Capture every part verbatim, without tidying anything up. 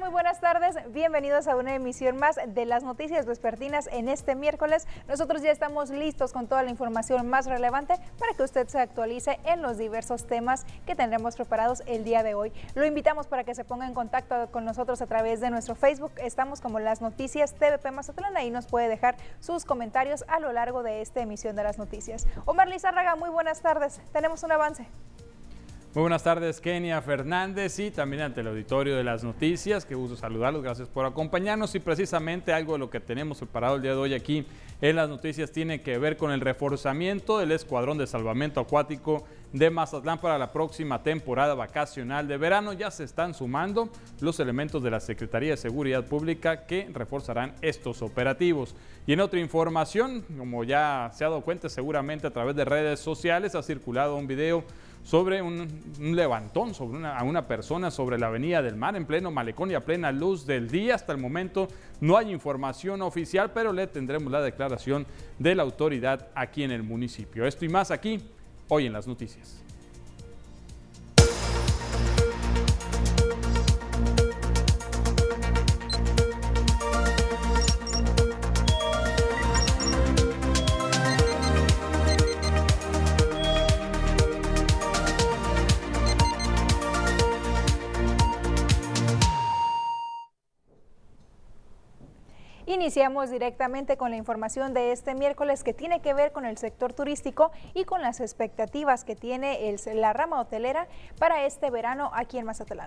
Muy buenas tardes, bienvenidos a una emisión más de las noticias vespertinas en este miércoles. Nosotros ya estamos listos con toda la información más relevante para que usted se actualice en los diversos temas que tendremos preparados el día de hoy. Lo invitamos para que se ponga en contacto con nosotros a través de nuestro Facebook. Estamos como Las Noticias T V P Mazatlán, ahí nos puede dejar sus comentarios a lo largo de esta emisión de las noticias. Omar Lizárraga, muy buenas tardes, tenemos un avance. Muy buenas tardes, Kenia Fernández, y también ante el auditorio de Las Noticias. Qué gusto saludarlos, gracias por acompañarnos. Y precisamente algo de lo que tenemos preparado el día de hoy aquí en Las Noticias tiene que ver con el reforzamiento del Escuadrón de Salvamento Acuático de Mazatlán para la próxima temporada vacacional de verano. Ya se están sumando los elementos de la Secretaría de Seguridad Pública que reforzarán estos operativos. Y en otra información, como ya se ha dado cuenta seguramente a través de redes sociales, ha circulado un video sobre un, un levantón sobre una, a una persona sobre la Avenida del Mar en pleno malecón y a plena luz del día. Hasta el momento no hay información oficial, pero le tendremos la declaración de la autoridad aquí en el municipio. Esto y más aquí, hoy en Las Noticias. Iniciamos directamente con la información de este miércoles que tiene que ver con el sector turístico y con las expectativas que tiene el, la rama hotelera para este verano aquí en Mazatlán.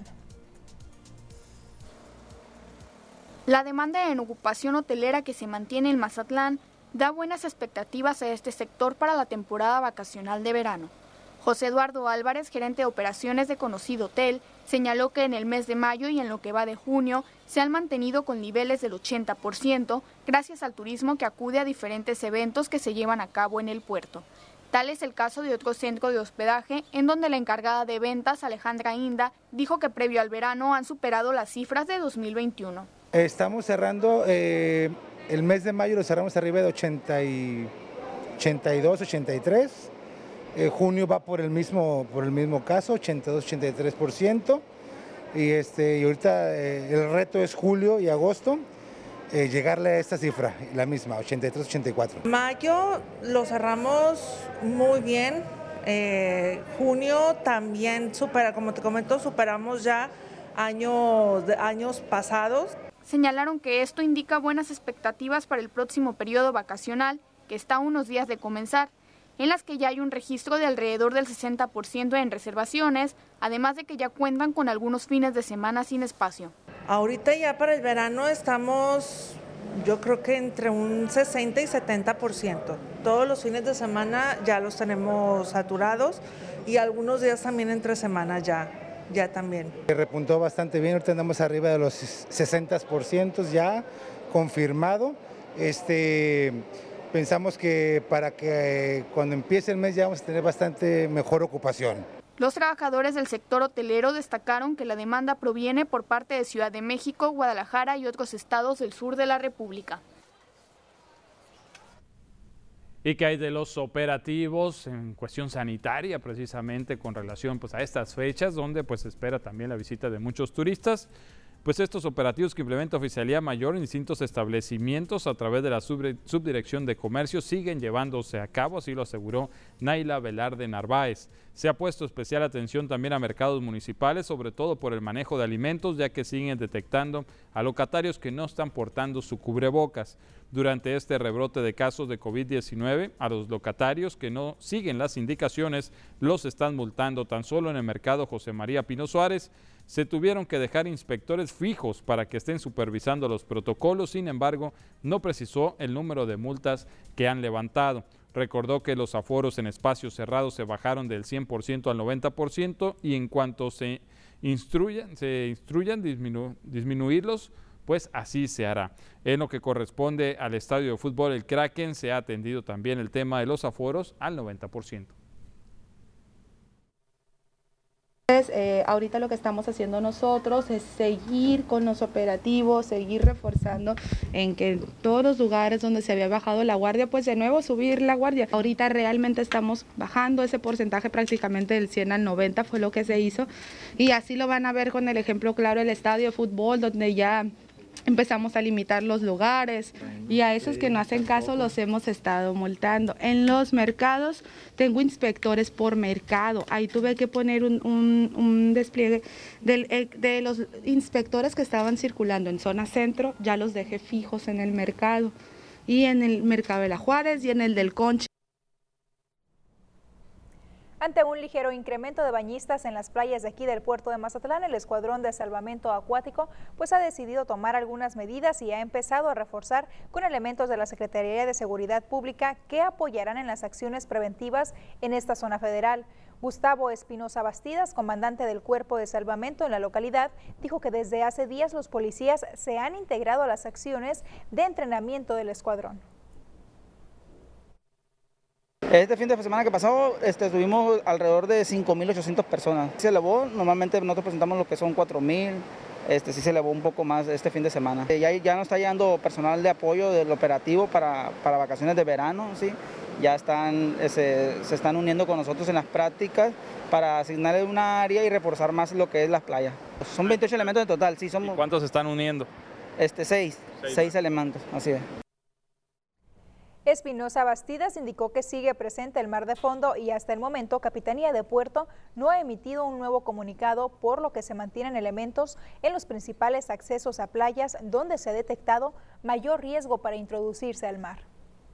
La demanda en ocupación hotelera que se mantiene en Mazatlán da buenas expectativas a este sector para la temporada vacacional de verano. José Eduardo Álvarez, gerente de operaciones de conocido hotel, señaló que en el mes de mayo y en lo que va de junio se han mantenido con niveles del ochenta por ciento gracias al turismo que acude a diferentes eventos que se llevan a cabo en el puerto. Tal es el caso de otro centro de hospedaje en donde la encargada de ventas, Alejandra Inda, dijo que previo al verano han superado las cifras de dos mil veintiuno. Estamos cerrando, eh, el mes de mayo lo cerramos arriba de ochenta y, ochenta y dos, ochenta y tres. Eh, junio va por el mismo, por el mismo caso, ochenta y dos, ochenta y tres por ciento. Y, este, y ahorita eh, el reto es julio y agosto, eh, llegarle a esta cifra, la misma, ochenta y tres, ochenta y cuatro. Mayo lo cerramos muy bien, eh, junio también supera, como te comento, superamos ya años, años pasados. Señalaron que esto indica buenas expectativas para el próximo periodo vacacional, que está a unos días de comenzar, en las que ya hay un registro de alrededor del sesenta por ciento en reservaciones, además de que ya cuentan con algunos fines de semana sin espacio. Ahorita ya para el verano estamos, yo creo que entre un sesenta y setenta por ciento. Todos los fines de semana ya los tenemos saturados y algunos días también entre semana ya, ya también. Repuntó bastante bien, ahorita andamos arriba de los sesenta por ciento ya confirmado. Este... Pensamos que para que cuando empiece el mes ya vamos a tener bastante mejor ocupación. Los trabajadores del sector hotelero destacaron que la demanda proviene por parte de Ciudad de México, Guadalajara y otros estados del sur de la República. ¿Y qué hay de los operativos en cuestión sanitaria, precisamente con relación pues, a estas fechas, donde pues se espera también la visita de muchos turistas? Pues estos operativos que implementa Oficialía Mayor en distintos establecimientos a través de la Subdirección de Comercio siguen llevándose a cabo, así lo aseguró Naila Velarde Narváez. Se ha puesto especial atención también a mercados municipales, sobre todo por el manejo de alimentos, ya que siguen detectando a locatarios que no están portando su cubrebocas. Durante este rebrote de casos de COVID diecinueve, a los locatarios que no siguen las indicaciones los están multando. Tan solo en el mercado José María Pino Suárez se tuvieron que dejar inspectores fijos para que estén supervisando los protocolos. Sin embargo, no precisó el número de multas que han levantado. Recordó que los aforos en espacios cerrados se bajaron del cien por ciento al noventa por ciento y en cuanto se instruyan, se instruyan disminu disminuirlos, pues así se hará. En lo que corresponde al estadio de fútbol El Kraken, se ha atendido también el tema de los aforos al noventa por ciento. Eh, ahorita lo que estamos haciendo nosotros es seguir con los operativos, seguir reforzando en que en todos los lugares donde se había bajado la guardia, pues de nuevo subir la guardia. Ahorita realmente estamos bajando ese porcentaje prácticamente del cien al noventa, fue lo que se hizo, y así lo van a ver con el ejemplo claro el estadio de fútbol, donde ya empezamos a limitar los lugares y a esos que no hacen caso los hemos estado multando. En los mercados tengo inspectores por mercado, ahí tuve que poner un, un, un despliegue del, de los inspectores que estaban circulando en zona centro, ya los dejé fijos en el mercado y en el mercado de la Juárez y en el del Concha. Ante un ligero incremento de bañistas en las playas de aquí del puerto de Mazatlán, el Escuadrón de Salvamento Acuático pues ha decidido tomar algunas medidas y ha empezado a reforzar con elementos de la Secretaría de Seguridad Pública que apoyarán en las acciones preventivas en esta zona federal. Gustavo Espinosa Bastidas, comandante del Cuerpo de Salvamento en la localidad, dijo que desde hace días los policías se han integrado a las acciones de entrenamiento del escuadrón. Este fin de semana que pasó este, tuvimos alrededor de cinco mil ochocientas personas. Se elevó, normalmente nosotros presentamos lo que son cuatro mil, este, sí se elevó un poco más este fin de semana. Ya, ya nos está llegando personal de apoyo del operativo para, para vacaciones de verano, ¿sí? Ya están, se, se están uniendo con nosotros en las prácticas para asignarle una área y reforzar más lo que es las playas. Son veintiocho elementos en total, sí somos. ¿Y cuántos se están uniendo? Este, seis, seis, seis elementos, así es. Espinosa Bastidas indicó que sigue presente el mar de fondo y hasta el momento Capitanía de Puerto no ha emitido un nuevo comunicado, por lo que se mantienen elementos en los principales accesos a playas donde se ha detectado mayor riesgo para introducirse al mar.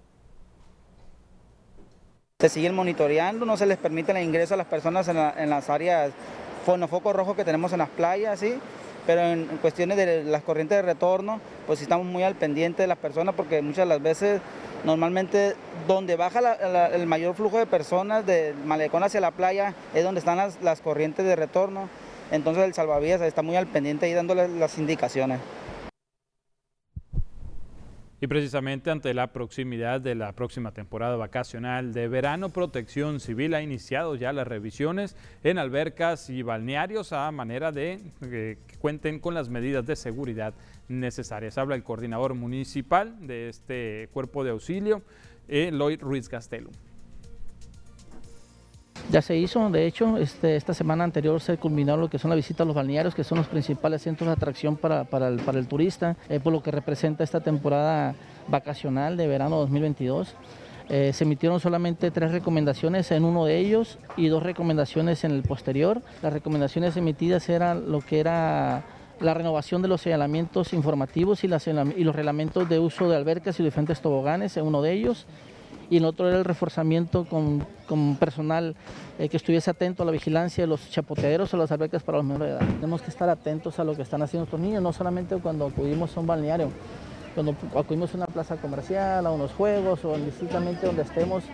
Se siguen monitoreando, no se les permite el ingreso a las personas en, la, en las áreas fonofocos rojos que tenemos en las playas, ¿sí? Pero en, en cuestiones de las corrientes de retorno, pues sí estamos muy al pendiente de las personas porque muchas de las veces, normalmente donde baja la, la, el mayor flujo de personas del malecón hacia la playa es donde están las, las corrientes de retorno, entonces el salvavidas está muy al pendiente y dándole las indicaciones. Y precisamente ante la proximidad de la próxima temporada vacacional de verano, Protección Civil ha iniciado ya las revisiones en albercas y balnearios a manera de eh, que cuenten con las medidas de seguridad necesarias. Habla el coordinador municipal de este cuerpo de auxilio, eh, Eloy Ruiz Castelo. Ya se hizo, de hecho, este, esta semana anterior se culminó lo que son las visitas a los balnearios, que son los principales centros de atracción para, para, el, para el turista, eh, por lo que representa esta temporada vacacional de verano dos mil veintidós. Eh, se emitieron solamente tres recomendaciones en uno de ellos y dos recomendaciones en el posterior. Las recomendaciones emitidas eran lo que era la renovación de los señalamientos informativos y, las, y los reglamentos de uso de albercas y diferentes toboganes en uno de ellos. Y el otro era el reforzamiento con, con personal eh, que estuviese atento a la vigilancia de los chapoteaderos o las albercas para los menores de edad. Tenemos que estar atentos a lo que están haciendo estos niños, no solamente cuando acudimos a un balneario, cuando acudimos a una plaza comercial, a unos juegos o indistintamente donde estemos.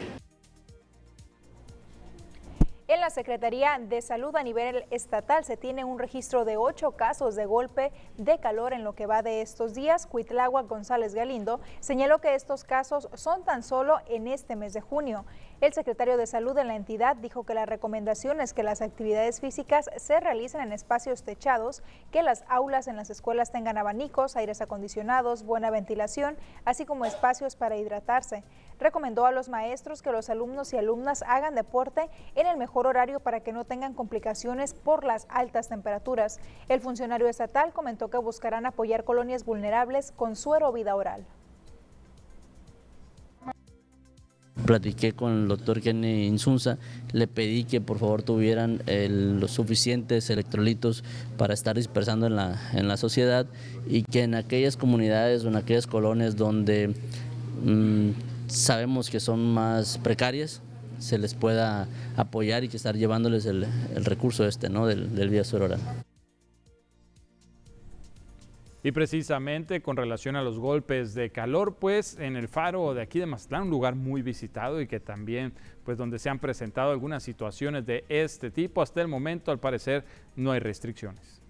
En la Secretaría de Salud a nivel estatal se tiene un registro de ocho casos de golpe de calor en lo que va de estos días. Cuitláhuac González Galindo señaló que estos casos son tan solo en este mes de junio. El secretario de Salud de la entidad dijo que la recomendación es que las actividades físicas se realicen en espacios techados, que las aulas en las escuelas tengan abanicos, aires acondicionados, buena ventilación, así como espacios para hidratarse. Recomendó a los maestros que los alumnos y alumnas hagan deporte en el mejor horario para que no tengan complicaciones por las altas temperaturas. El funcionario estatal comentó que buscarán apoyar colonias vulnerables con suero vida oral. Platiqué con el doctor Kenny Insunza, le pedí que por favor tuvieran el, los suficientes electrolitos para estar dispersando en la, en la sociedad y que en aquellas comunidades o en aquellas colonias donde mmm, sabemos que son más precarias, se les pueda apoyar y que estar llevándoles el, el recurso este, ¿no? del, del vía suero oral. Y precisamente con relación a los golpes de calor, pues en el faro de aquí de Mazatlán, un lugar muy visitado y que también, pues donde se han presentado algunas situaciones de este tipo, hasta el momento al parecer no hay restricciones.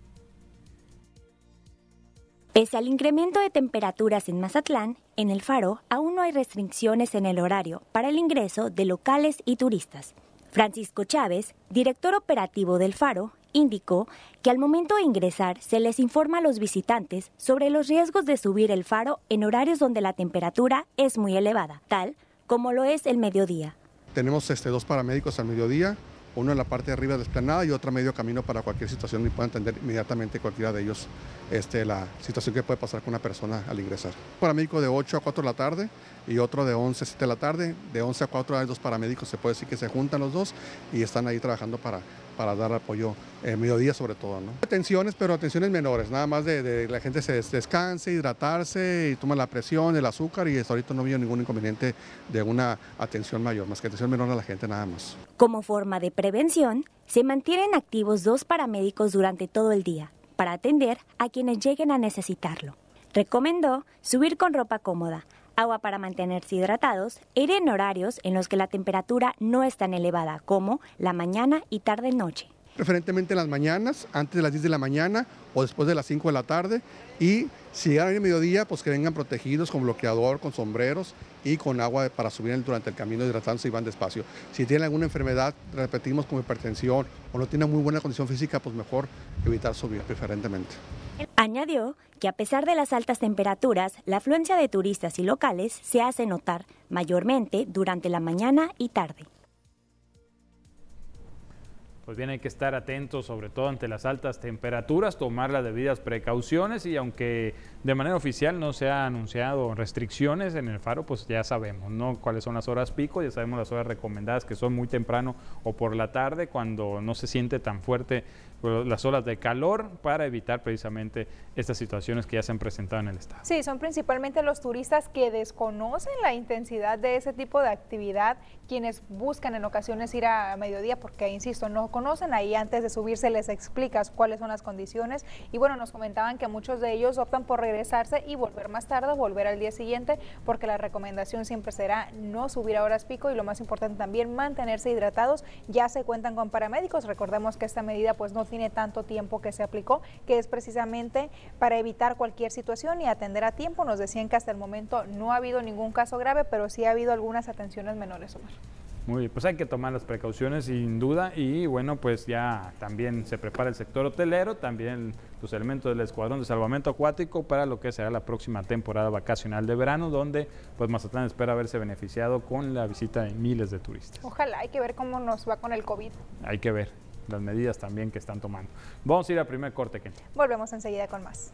Pese al incremento de temperaturas en Mazatlán, en el faro aún no hay restricciones en el horario para el ingreso de locales y turistas. Francisco Chávez, director operativo del faro, indicó que al momento de ingresar se les informa a los visitantes sobre los riesgos de subir el faro en horarios donde la temperatura es muy elevada, tal como lo es el mediodía. Tenemos este, dos paramédicos al mediodía, uno en la parte de arriba de la explanada y otro a medio camino para cualquier situación y pueda entender inmediatamente cualquiera de ellos este, la situación que puede pasar con una persona al ingresar. Un paramédico de ocho a cuatro de la tarde y otro de once a siete de la tarde. De once a cuatro hay dos paramédicos, se puede decir que se juntan los dos y están ahí trabajando para, para dar apoyo eh, mediodía sobre todo, ¿no? Atenciones, pero atenciones menores, nada más de, de la gente se descanse, hidratarse y toma la presión, el azúcar y hasta ahorita no veo ningún inconveniente de una atención mayor, más que atención menor a la gente nada más. Como forma de prevención, se mantienen activos dos paramédicos durante todo el día para atender a quienes lleguen a necesitarlo. Recomendó subir con ropa cómoda, agua para mantenerse hidratados e ir en horarios en los que la temperatura no es tan elevada como la mañana y tarde-noche. Preferentemente en las mañanas, antes de las diez de la mañana o después de las cinco de la tarde y si llegan al mediodía, pues que vengan protegidos con bloqueador, con sombreros y con agua para subir durante el camino hidratándose y van despacio. Si tienen alguna enfermedad, repetimos como hipertensión o no tienen muy buena condición física, pues mejor evitar subir preferentemente. Añadió que a pesar de las altas temperaturas, la afluencia de turistas y locales se hace notar mayormente durante la mañana y tarde. Pues bien, hay que estar atentos, sobre todo ante las altas temperaturas, tomar las debidas precauciones y aunque de manera oficial no se ha anunciado restricciones en el faro, pues ya sabemos, ¿no?, cuáles son las horas pico, ya sabemos las horas recomendadas que son muy temprano o por la tarde cuando no se siente tan fuerte las olas de calor para evitar precisamente estas situaciones que ya se han presentado en el estado. Sí, son principalmente los turistas que desconocen la intensidad de ese tipo de actividad, quienes buscan en ocasiones ir a mediodía porque, insisto, no conocen, ahí antes de subir se les explica cuáles son las condiciones y bueno, nos comentaban que muchos de ellos optan por regresarse y volver más tarde, volver al día siguiente, porque la recomendación siempre será no subir a horas pico y lo más importante también mantenerse hidratados. Ya se cuentan con paramédicos, recordemos que esta medida pues no tiene tanto tiempo que se aplicó, que es precisamente para evitar cualquier situación y atender a tiempo. Nos decían que hasta el momento no ha habido ningún caso grave, pero sí ha habido algunas atenciones menores, Omar. Muy bien, pues hay que tomar las precauciones sin duda y bueno, pues ya también se prepara el sector hotelero, también los elementos del Escuadrón de Salvamento Acuático para lo que será la próxima temporada vacacional de verano, donde pues Mazatlán espera verse beneficiado con la visita de miles de turistas. Ojalá, hay que ver cómo nos va con el COVID. Hay que ver las medidas también que están tomando. Vamos a ir al primer corte, Ken. Volvemos enseguida con más.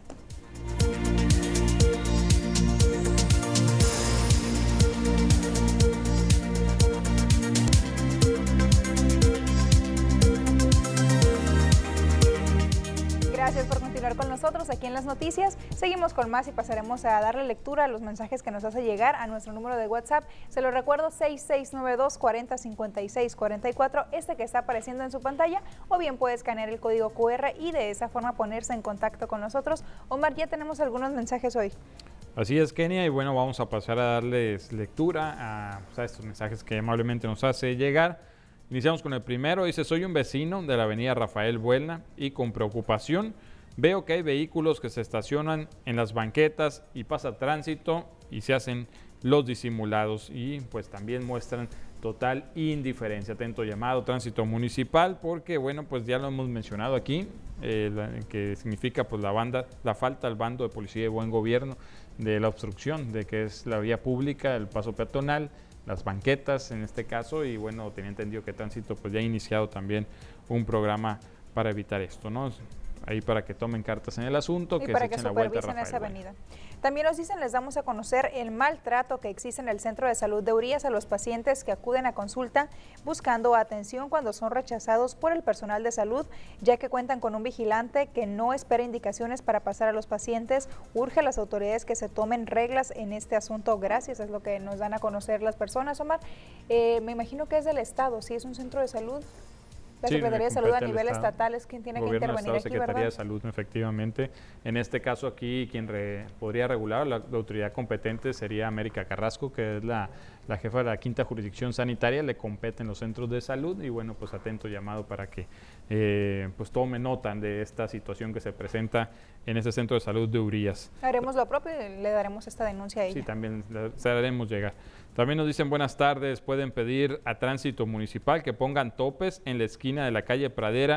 Gracias por continuar con nosotros aquí en las noticias. Seguimos con más y pasaremos a darle lectura a los mensajes que nos hace llegar a nuestro número de WhatsApp. Se lo recuerdo, seis seis nueve dos, cuatro cero, cinco seis cuatro cuatro, este que está apareciendo en su pantalla, o bien puede escanear el código cu erre y de esa forma ponerse en contacto con nosotros. Omar, ya tenemos algunos mensajes hoy. Así es, Kenia, y bueno, vamos a pasar a darles lectura a, pues, a estos mensajes que amablemente nos hace llegar. Iniciamos con el primero, dice: soy un vecino de la avenida Rafael Buelna y con preocupación veo que hay vehículos que se estacionan en las banquetas y pasa tránsito y se hacen los disimulados y pues también muestran total indiferencia. Atento llamado tránsito municipal porque bueno, pues ya lo hemos mencionado aquí, eh, la, que significa pues la banda, la falta al bando de policía de buen gobierno, de la obstrucción de que es la vía pública, el paso peatonal, las banquetas en este caso, y bueno, tenía entendido que Tránsito pues ya ha iniciado también un programa para evitar esto, ¿no? Ahí para que tomen cartas en el asunto, y que para se que echen la vuelta a supervisen esa Rafael. avenida. También nos dicen, les damos a conocer el maltrato que existe en el Centro de Salud de Urias a los pacientes que acuden a consulta buscando atención cuando son rechazados por el personal de salud, ya que cuentan con un vigilante que no espera indicaciones para pasar a los pacientes. Urge a las autoridades que se tomen reglas en este asunto. Gracias, es lo que nos dan a conocer las personas, Omar. Eh, me imagino que es del Estado, si es un centro de salud. La Sí, Secretaría de Salud a nivel Estado, estatal es quien tiene que Gobierno intervenir del Estado, aquí, Secretaría ¿verdad? de Salud, efectivamente. En este caso aquí, quien re, podría regular, la, la autoridad competente sería América Carrasco, que es la, la jefa de la quinta jurisdicción sanitaria, le competen los centros de salud y bueno, pues atento llamado para que eh, pues tome nota de esta situación que se presenta en este centro de salud de Urias. Haremos lo propio y le daremos esta denuncia a ella. Sí, también se la haremos llegar. También nos dicen: buenas tardes, pueden pedir a Tránsito Municipal que pongan topes en la esquina de la calle Pradera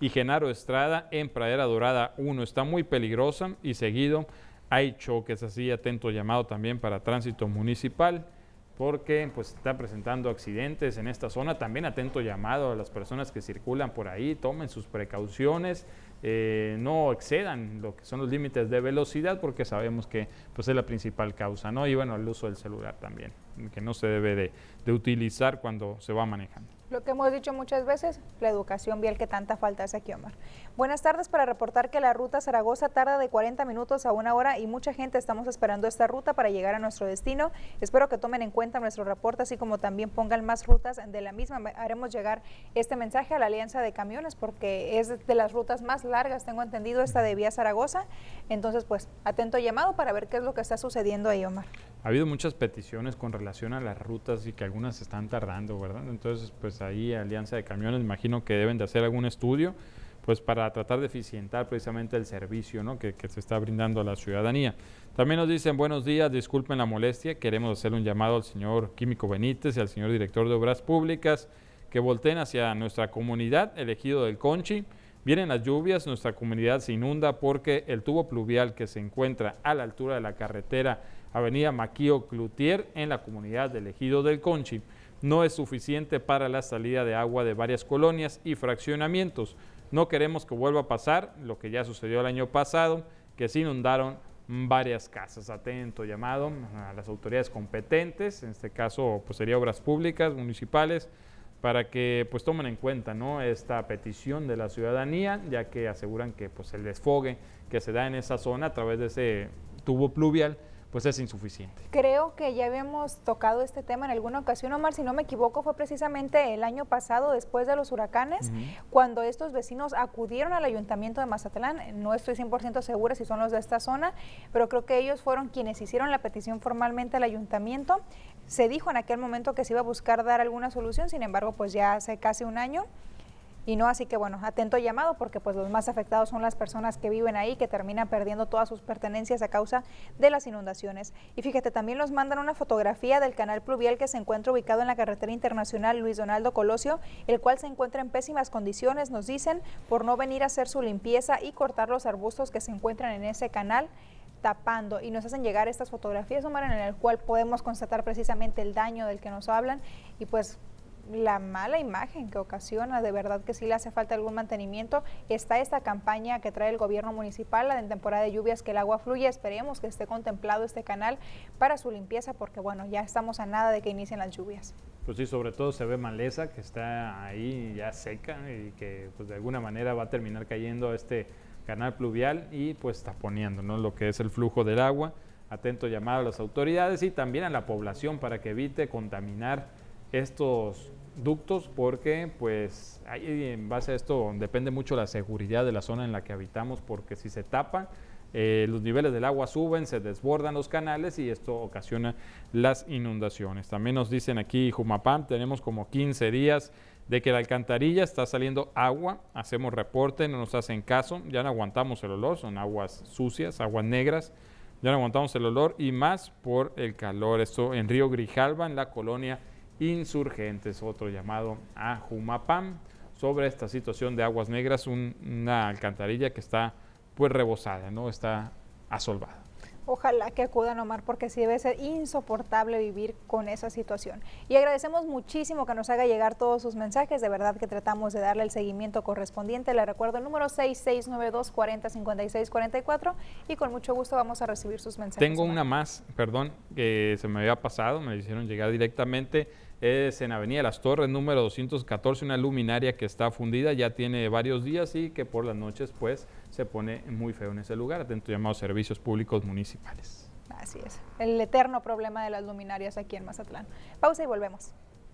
y Genaro Estrada en Pradera Dorada uno. Está muy peligrosa y seguido hay choques, así atento llamado también para tránsito municipal, porque pues está presentando accidentes en esta zona. También atento llamado a las personas que circulan por ahí, tomen sus precauciones, eh, no excedan lo que son los límites de velocidad, porque sabemos que pues es la principal causa, ¿no? Y bueno, el uso del celular también, que no se debe de, de utilizar cuando se va manejando. Lo que hemos dicho muchas veces, la educación vial que tanta falta hace aquí, Omar. Buenas tardes, para reportar que la ruta Zaragoza tarda de cuarenta minutos a una hora y mucha gente estamos esperando esta ruta para llegar a nuestro destino. Espero que tomen en cuenta nuestro reporte, así como también pongan más rutas de la misma. Haremos llegar este mensaje a la Alianza de Camiones porque es de las rutas más largas, tengo entendido, esta de Vía Zaragoza. Entonces, pues, atento llamado para ver qué es lo que está sucediendo ahí, Omar. Ha habido muchas peticiones con relación a las rutas y que algunas están tardando, ¿verdad? Entonces, pues ahí Alianza de Camiones, imagino que deben de hacer algún estudio, pues para tratar de eficientar precisamente el servicio, ¿no? que, que se está brindando a la ciudadanía. También nos dicen, buenos días, disculpen la molestia, queremos hacer un llamado al señor Químico Benítez y al señor director de Obras Públicas que volteen hacia nuestra comunidad, el Ejido del Conchi. Vienen las lluvias, nuestra comunidad se inunda porque el tubo pluvial que se encuentra a la altura de la carretera Avenida Maquío Cloutier en la comunidad del Ejido del Conchi no es suficiente para la salida de agua de varias colonias y fraccionamientos. No queremos que vuelva a pasar lo que ya sucedió el año pasado, que se inundaron varias casas. Atento llamado a las autoridades competentes, en este caso pues sería Obras Públicas Municipales, para que pues tomen en cuenta, ¿no?, esta petición de la ciudadanía, ya que aseguran que pues el desfogue que se da en esa zona a través de ese tubo pluvial pues es insuficiente. Creo que ya habíamos tocado este tema en alguna ocasión, Omar, si no me equivoco, fue precisamente el año pasado, después de los huracanes, uh-huh. cuando estos vecinos acudieron al Ayuntamiento de Mazatlán. No estoy cien por ciento segura si son los de esta zona, pero creo que ellos fueron quienes hicieron la petición formalmente al Ayuntamiento. Se dijo en aquel momento que se iba a buscar dar alguna solución, sin embargo, pues ya hace casi un año. Y no, así que bueno, atento llamado porque pues los más afectados son las personas que viven ahí, que terminan perdiendo todas sus pertenencias a causa de las inundaciones. Y fíjate, también nos mandan una fotografía del canal pluvial que se encuentra ubicado en la carretera internacional Luis Donaldo Colosio, el cual se encuentra en pésimas condiciones, nos dicen, por no venir a hacer su limpieza y cortar los arbustos que se encuentran en ese canal, tapando, y nos hacen llegar estas fotografías, Omar, en el cual podemos constatar precisamente el daño del que nos hablan y pues la mala imagen que ocasiona. De verdad que sí le hace falta algún mantenimiento. Está esta campaña que trae el gobierno municipal, la de temporada de lluvias, que el agua fluya. Esperemos que esté contemplado este canal para su limpieza, porque bueno, ya estamos a nada de que inicien las lluvias. Pues sí, sobre todo se ve maleza que está ahí ya seca y que pues de alguna manera va a terminar cayendo a este canal pluvial y pues taponeando, ¿no?, lo que es el flujo del agua. Atento llamado a las autoridades y también a la población para que evite contaminar estos ductos, porque pues ahí en base a esto depende mucho la seguridad de la zona en la que habitamos, porque si se tapa, eh, los niveles del agua suben, se desbordan los canales y esto ocasiona las inundaciones. También nos dicen aquí Jumapam, tenemos como quince días de que la alcantarilla está saliendo agua, hacemos reporte, no nos hacen caso, ya no aguantamos el olor, son aguas sucias, aguas negras, ya no aguantamos el olor y más por el calor. Esto en Río Grijalva, en la colonia Insurgentes. Otro llamado a Jumapam sobre esta situación de aguas negras, un, una alcantarilla que está pues rebosada, no está asolvada. Ojalá que acudan, Omar, porque sí debe ser insoportable vivir con esa situación. Y agradecemos muchísimo que nos haga llegar todos sus mensajes, de verdad que tratamos de darle el seguimiento correspondiente. Le recuerdo el número seis seis nueve dos, cuatro cero, cinco seis cuatro cuatro y con mucho gusto vamos a recibir sus mensajes. Tengo Omar. una más, perdón, que se me había pasado, me la hicieron llegar directamente. Es en Avenida Las Torres, número doscientos catorce, una luminaria que está fundida, ya tiene varios días y que por las noches pues se pone muy feo en ese lugar. Atento llamado a servicios públicos municipales. Así es, el eterno problema de las luminarias aquí en Mazatlán. Pausa y volvemos.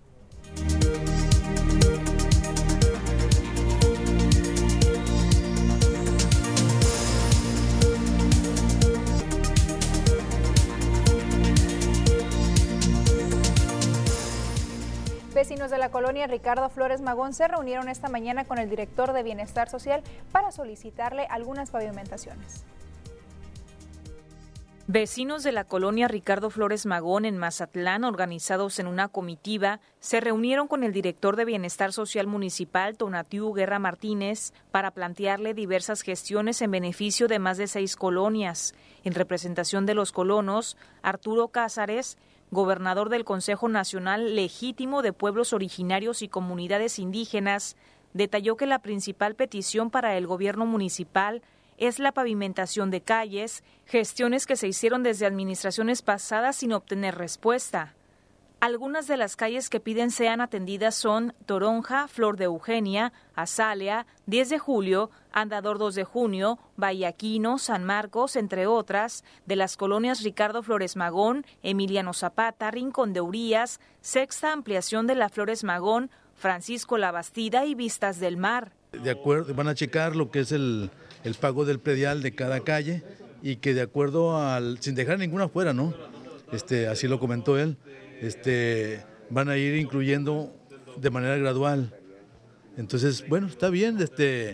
Vecinos de la colonia Ricardo Flores Magón se reunieron esta mañana con el director de Bienestar Social para solicitarle algunas pavimentaciones. Vecinos de la colonia Ricardo Flores Magón en Mazatlán, organizados en una comitiva, se reunieron con el director de Bienestar Social Municipal, Tonatiuh Guerra Martínez, para plantearle diversas gestiones en beneficio de más de seis colonias. En representación de los colonos, Arturo Cázares, gobernador del Consejo Nacional Legítimo de Pueblos Originarios y Comunidades Indígenas, detalló que la principal petición para el gobierno municipal es la pavimentación de calles, gestiones que se hicieron desde administraciones pasadas sin obtener respuesta. Algunas de las calles que piden sean atendidas son Toronja, Flor de Eugenia, Azalea, diez de julio, Andador dos de junio, Bayaquino, San Marcos, entre otras, de las colonias Ricardo Flores Magón, Emiliano Zapata, Rincón de Urías, Sexta Ampliación de la Flores Magón, Francisco La Bastida y Vistas del Mar. De acuerdo, van a checar lo que es el, el pago del predial de cada calle y que de acuerdo al, sin dejar ninguna fuera, ¿no? Este, así lo comentó él, este, van a ir incluyendo de manera gradual. Entonces, bueno, está bien, este,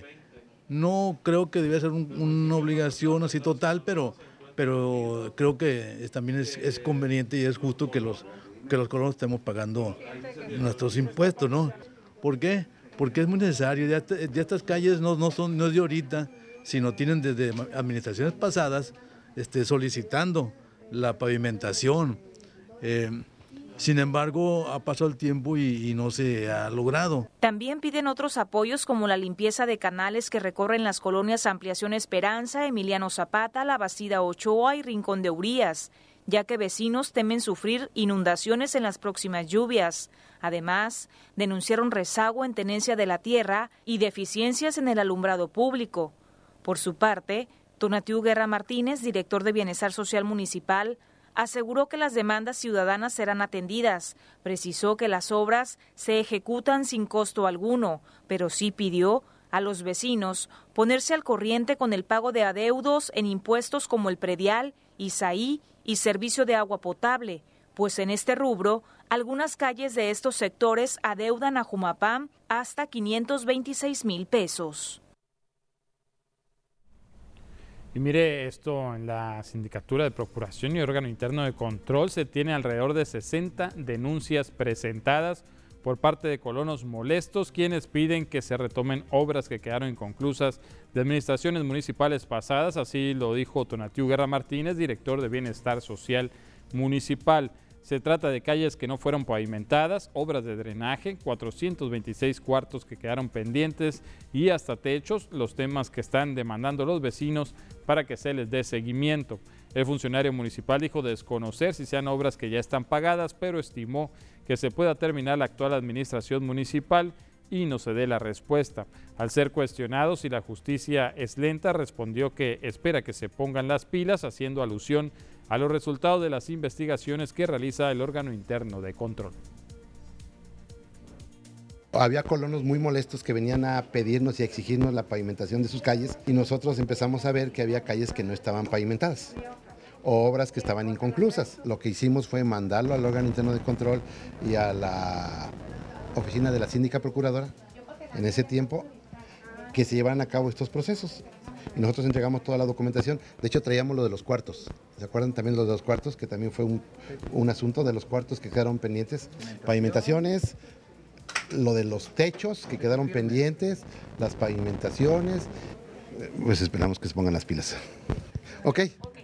no creo que debía ser un, una obligación así total, pero, pero creo que es, también es, es conveniente y es justo que los, que los colonos estemos pagando nuestros impuestos, ¿no? ¿Por qué? Porque es muy necesario, ya, ya estas calles no, no, son, no es de ahorita, sino tienen desde administraciones pasadas este, solicitando la pavimentación. Eh, sin embargo, ha pasado el tiempo y, y no se ha logrado. También piden otros apoyos como la limpieza de canales que recorren las colonias Ampliación Esperanza, Emiliano Zapata, La Bastida Ochoa y Rincón de Urías, ya que vecinos temen sufrir inundaciones en las próximas lluvias. Además, denunciaron rezago en tenencia de la tierra y deficiencias en el alumbrado público. Por su parte, Tonatiuh Guerra Martínez, director de Bienestar Social Municipal, aseguró que las demandas ciudadanas serán atendidas. Precisó que las obras se ejecutan sin costo alguno, pero sí pidió a los vecinos ponerse al corriente con el pago de adeudos en impuestos como el predial, ISAÍ y servicio de agua potable, pues en este rubro, algunas calles de estos sectores adeudan a Jumapam hasta quinientos veintiséis mil pesos. Y mire esto, en la Sindicatura de Procuración y Órgano Interno de Control se tiene alrededor de sesenta denuncias presentadas por parte de colonos molestos, quienes piden que se retomen obras que quedaron inconclusas de administraciones municipales pasadas, así lo dijo Tonatiuh Guerra Martínez, director de Bienestar Social Municipal. Se trata de calles que no fueron pavimentadas, obras de drenaje, cuatrocientos veintiséis cuartos que quedaron pendientes y hasta techos, los temas que están demandando los vecinos para que se les dé seguimiento. El funcionario municipal dijo desconocer si sean obras que ya están pagadas, pero estimó que se pueda terminar la actual administración municipal y no se dé la respuesta. Al ser cuestionado si la justicia es lenta, respondió que espera que se pongan las pilas, haciendo alusión a los resultados de las investigaciones que realiza el órgano interno de control. Había colonos muy molestos que venían a pedirnos y a exigirnos la pavimentación de sus calles y nosotros empezamos a ver que había calles que no estaban pavimentadas o obras que estaban inconclusas. Lo que hicimos fue mandarlo al órgano interno de control y a la oficina de la síndica procuradora en ese tiempo que se llevaran a cabo estos procesos. Y nosotros entregamos toda la documentación. De hecho, traíamos lo de los cuartos. ¿Se acuerdan también lo de los cuartos? Que también fue un, un asunto de los cuartos que quedaron pendientes. Pavimentaciones, lo de los techos que quedaron pendientes, las pavimentaciones. Pues esperamos que se pongan las pilas. ¿Ok?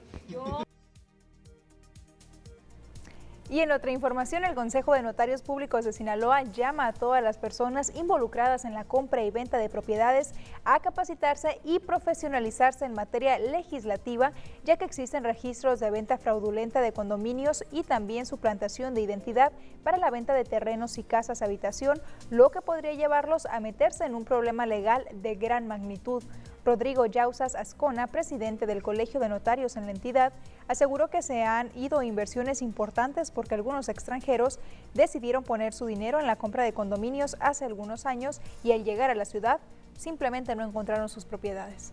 Y en otra información, el Consejo de Notarios Públicos de Sinaloa llama a todas las personas involucradas en la compra y venta de propiedades a capacitarse y profesionalizarse en materia legislativa, ya que existen registros de venta fraudulenta de condominios y también suplantación de identidad para la venta de terrenos y casas habitación, lo que podría llevarlos a meterse en un problema legal de gran magnitud. Rodrigo Yauzas Ascona, presidente del Colegio de Notarios en la entidad, aseguró que se han ido inversiones importantes porque algunos extranjeros decidieron poner su dinero en la compra de condominios hace algunos años y al llegar a la ciudad simplemente no encontraron sus propiedades.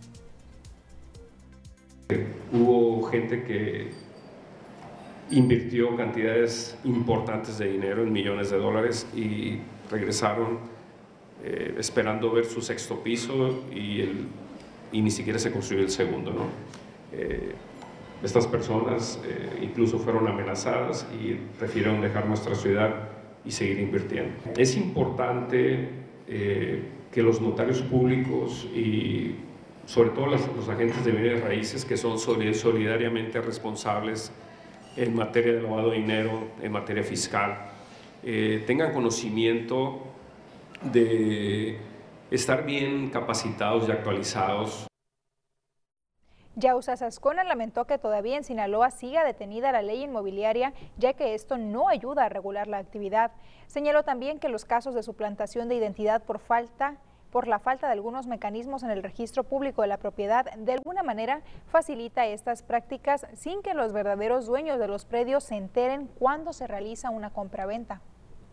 Hubo gente que invirtió cantidades importantes de dinero, en millones de dólares, y regresaron Eh, esperando ver su sexto piso y, el, y ni siquiera se construyó el segundo, ¿no? Eh, Estas personas eh, incluso fueron amenazadas y prefirieron dejar nuestra ciudad y seguir invirtiendo. Es importante eh, que los notarios públicos y sobre todo los, los agentes de bienes raíces que son solidariamente responsables en materia de lavado de dinero, en materia fiscal, eh, tengan conocimiento de estar bien capacitados y actualizados. Yausa Sascona lamentó que todavía en Sinaloa siga detenida la ley inmobiliaria, ya que esto no ayuda a regular la actividad. Señaló también que los casos de suplantación de identidad por falta por la falta de algunos mecanismos en el registro público de la propiedad, de alguna manera facilita estas prácticas sin que los verdaderos dueños de los predios se enteren cuando se realiza una compraventa.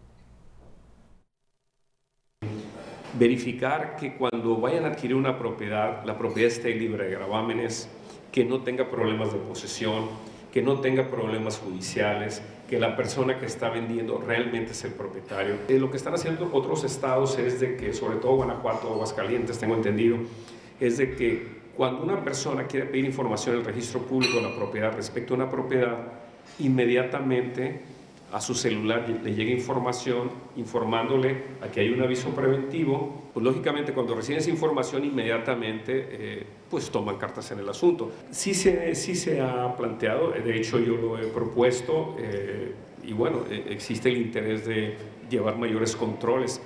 Verificar que cuando vayan a adquirir una propiedad, la propiedad esté libre de gravámenes, que no tenga problemas de posesión, que no tenga problemas judiciales, que la persona que está vendiendo realmente es el propietario. Eh, lo que están haciendo otros estados es de que, sobre todo Guanajuato o Aguascalientes, tengo entendido, es de que cuando una persona quiere pedir información en el registro público de la propiedad respecto a una propiedad, inmediatamente a su celular le llega información informándole a que hay un aviso preventivo. Pues lógicamente cuando reciben esa información inmediatamente eh, pues toman cartas en el asunto. Sí se, sí se ha planteado, de hecho yo lo he propuesto eh, y bueno, eh, existe el interés de llevar mayores controles.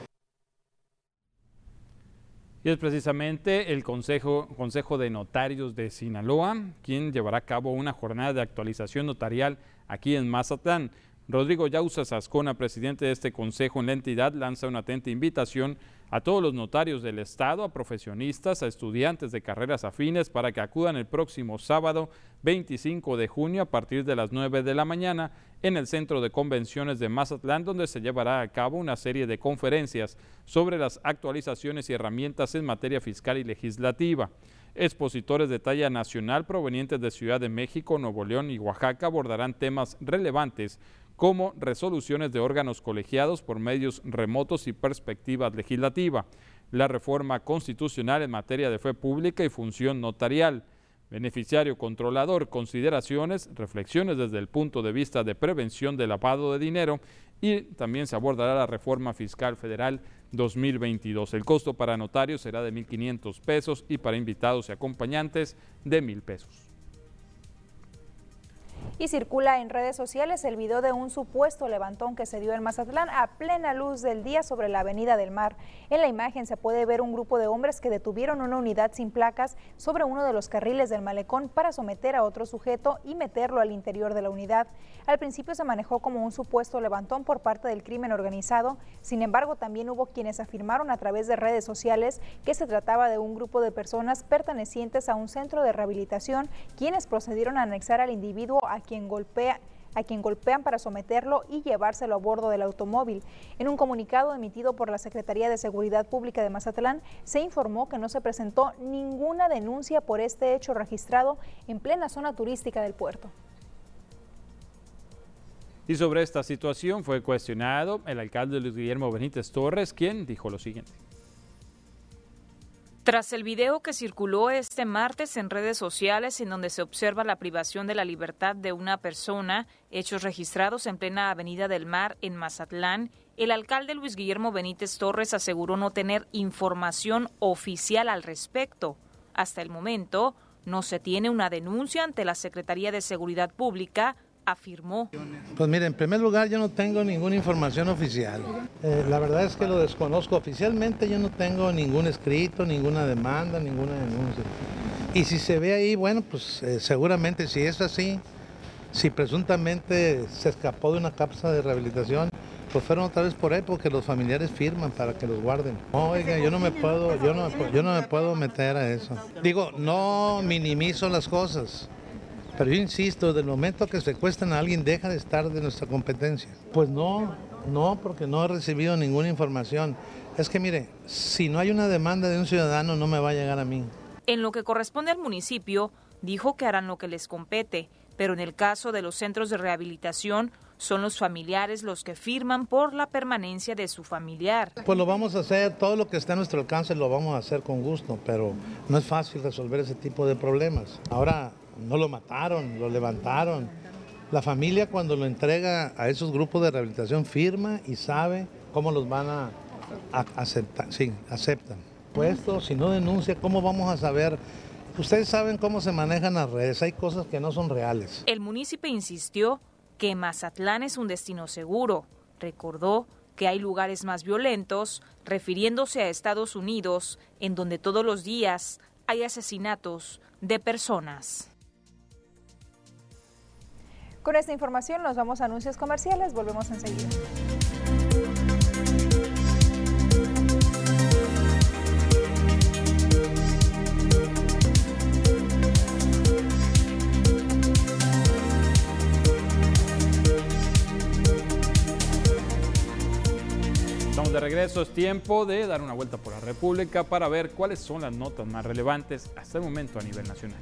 Y es precisamente el Consejo, Consejo de Notarios de Sinaloa quien llevará a cabo una jornada de actualización notarial aquí en Mazatlán. Rodrigo Yausa Sascona, presidente de este consejo en la entidad, lanza una atenta invitación a todos los notarios del estado, a profesionistas, a estudiantes de carreras afines para que acudan el próximo sábado veinticinco de junio a partir de las nueve de la mañana en el Centro de Convenciones de Mazatlán, donde se llevará a cabo una serie de conferencias sobre las actualizaciones y herramientas en materia fiscal y legislativa. Expositores de talla nacional provenientes de Ciudad de México, Nuevo León y Oaxaca abordarán temas relevantes como resoluciones de órganos colegiados por medios remotos y perspectiva legislativa, la reforma constitucional en materia de fe pública y función notarial, beneficiario controlador, consideraciones, reflexiones desde el punto de vista de prevención del lavado de dinero y también se abordará la reforma fiscal federal dos mil veintidós. El costo para notarios será de mil quinientos pesos y para invitados y acompañantes de mil pesos. Y circula en redes sociales el video de un supuesto levantón que se dio en Mazatlán a plena luz del día sobre la Avenida del Mar. En la imagen se puede ver un grupo de hombres que detuvieron una unidad sin placas sobre uno de los carriles del malecón para someter a otro sujeto y meterlo al interior de la unidad. Al principio se manejó como un supuesto levantón por parte del crimen organizado, sin embargo también hubo quienes afirmaron a través de redes sociales que se trataba de un grupo de personas pertenecientes a un centro de rehabilitación, quienes procedieron a anexar al individuo a quien golpea a quien golpean para someterlo y llevárselo a bordo del automóvil. En un comunicado emitido por la Secretaría de Seguridad Pública de Mazatlán, se informó que no se presentó ninguna denuncia por este hecho registrado en plena zona turística del puerto. Y sobre esta situación fue cuestionado el alcalde Luis Guillermo Benítez Torres, quien dijo lo siguiente. Tras el video que circuló este martes en redes sociales en donde se observa la privación de la libertad de una persona, hechos registrados en plena Avenida del Mar en Mazatlán, el alcalde Luis Guillermo Benítez Torres aseguró no tener información oficial al respecto. Hasta el momento, no se tiene una denuncia ante la Secretaría de Seguridad Pública, afirmó. Pues mire, en primer lugar yo no tengo ninguna información oficial. Eh, la verdad es que lo desconozco. Oficialmente yo no tengo ningún escrito, ninguna demanda, ninguna denuncia. Y si se ve ahí, bueno, pues eh, seguramente si es así, si presuntamente se escapó de una cápsula de rehabilitación, pues fueron otra vez por ahí porque los familiares firman para que los guarden. No, oiga, yo no me puedo, yo no, yo no me puedo meter a eso. Digo, no minimizo las cosas. Pero yo insisto, desde el momento que secuestran a alguien deja de estar de nuestra competencia. Pues no, no, porque no he recibido ninguna información. Es que mire, si no hay una demanda de un ciudadano no me va a llegar a mí. En lo que corresponde al municipio, dijo que harán lo que les compete, pero en el caso de los centros de rehabilitación, son los familiares los que firman por la permanencia de su familiar. Pues lo vamos a hacer, todo lo que está a nuestro alcance lo vamos a hacer con gusto, pero no es fácil resolver ese tipo de problemas. Ahora, no lo mataron, lo levantaron. La familia cuando lo entrega a esos grupos de rehabilitación firma y sabe cómo los van a, a aceptar, sí, aceptan. Puesto, si no denuncia, ¿cómo vamos a saber? Ustedes saben cómo se manejan las redes, hay cosas que no son reales. El municipio insistió que Mazatlán es un destino seguro. Recordó que hay lugares más violentos, refiriéndose a Estados Unidos, en donde todos los días hay asesinatos de personas. Con esta información nos vamos a anuncios comerciales, volvemos enseguida. De regreso, es tiempo de dar una vuelta por la República para ver cuáles son las notas más relevantes hasta el momento a nivel nacional.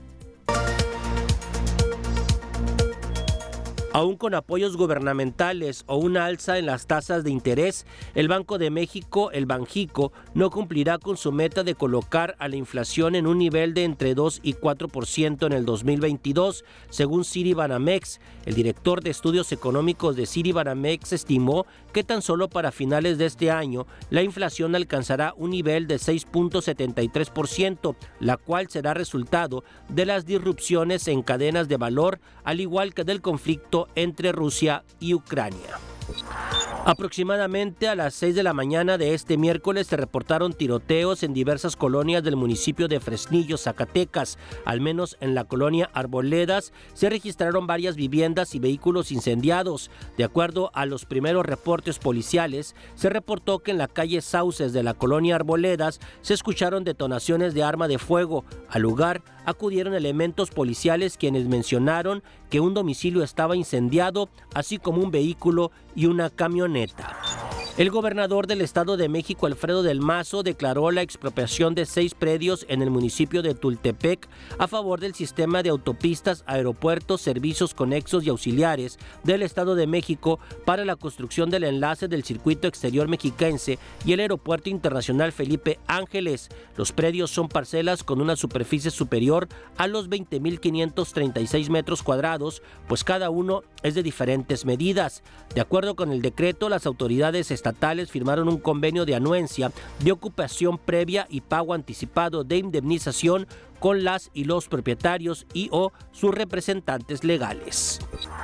Aún con apoyos gubernamentales o una alza en las tasas de interés, el Banco de México, el Banjico, no cumplirá con su meta de colocar a la inflación en un nivel de entre dos y cuatro por ciento en el dos mil veintidós, según Citibanamex. El director de estudios económicos de Citibanamex estimó que tan solo para finales de este año la inflación alcanzará un nivel de seis punto setenta y tres por ciento, la cual será resultado de las disrupciones en cadenas de valor, al igual que del conflicto entre Rusia y Ucrania. Aproximadamente a las seis de la mañana de este miércoles se reportaron tiroteos en diversas colonias del municipio de Fresnillo, Zacatecas. Al menos en la colonia Arboledas se registraron varias viviendas y vehículos incendiados. De acuerdo a los primeros reportes policiales, se reportó que en la calle Sauces de la colonia Arboledas se escucharon detonaciones de arma de fuego. Al lugar acudieron elementos policiales quienes mencionaron que un domicilio estaba incendiado, así como un vehículo y una camioneta. El gobernador del Estado de México, Alfredo del Mazo, declaró la expropiación de seis predios en el municipio de Tultepec a favor del sistema de autopistas, aeropuertos, servicios conexos y auxiliares del Estado de México para la construcción del enlace del circuito exterior mexiquense y el aeropuerto internacional Felipe Ángeles. Los predios son parcelas con una superficie superior a los veinte mil quinientos treinta y seis metros cuadrados, pues cada uno es de diferentes medidas. De acuerdo con el decreto, las autoridades estatales firmaron un convenio de anuencia de ocupación previa y pago anticipado de indemnización con las y los propietarios y o sus representantes legales.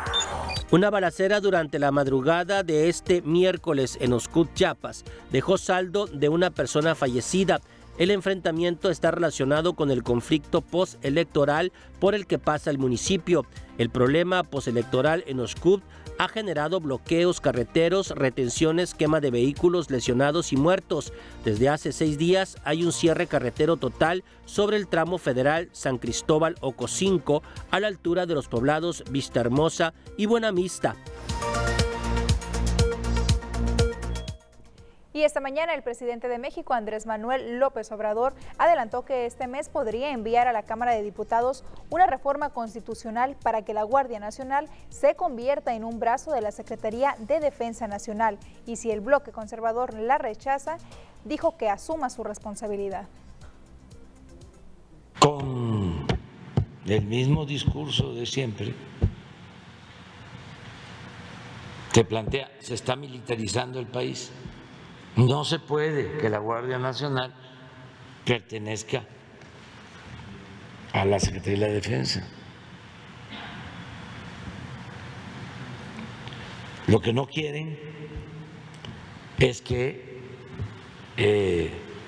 Una balacera durante la madrugada de este miércoles en Oscut, Chiapas, dejó saldo de una persona fallecida. El enfrentamiento está relacionado con el conflicto postelectoral por el que pasa el municipio. El problema postelectoral en Oscut ha generado bloqueos carreteros, retenciones, quema de vehículos, lesionados y muertos. Desde hace seis días hay un cierre carretero total sobre el tramo federal San Cristóbal-Ocosinco a la altura de los poblados Vistahermosa y Buenavista. Y esta mañana el presidente de México, Andrés Manuel López Obrador, adelantó que este mes podría enviar a la Cámara de Diputados una reforma constitucional para que la Guardia Nacional se convierta en un brazo de la Secretaría de Defensa Nacional. Y si el bloque conservador la rechaza, dijo que asuma su responsabilidad. Con el mismo discurso de siempre, que plantea, se está militarizando el país. No se puede que la Guardia Nacional pertenezca a la Secretaría de la Defensa. Lo que no quieren es que eh,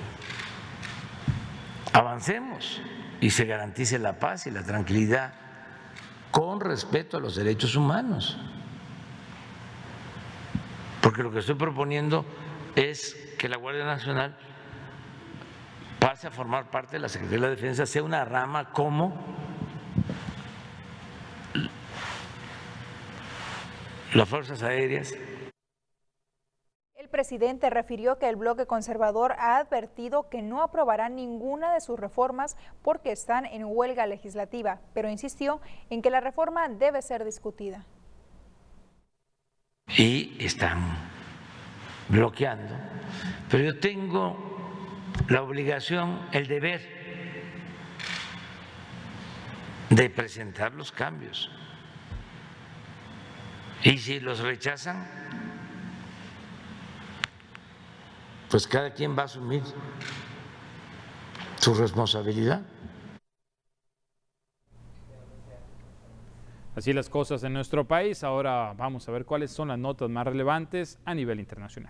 avancemos y se garantice la paz y la tranquilidad con respeto a los derechos humanos. Porque lo que estoy proponiendo es que la Guardia Nacional pase a formar parte de la Secretaría de la Defensa, sea una rama como las Fuerzas Aéreas. El presidente refirió que el bloque conservador ha advertido que no aprobará ninguna de sus reformas porque están en huelga legislativa, pero insistió en que la reforma debe ser discutida. Y están bloqueando, pero yo tengo la obligación, el deber de presentar los cambios. Y si los rechazan, pues cada quien va a asumir su responsabilidad. Así las cosas en nuestro país. Ahora vamos a ver cuáles son las notas más relevantes a nivel internacional.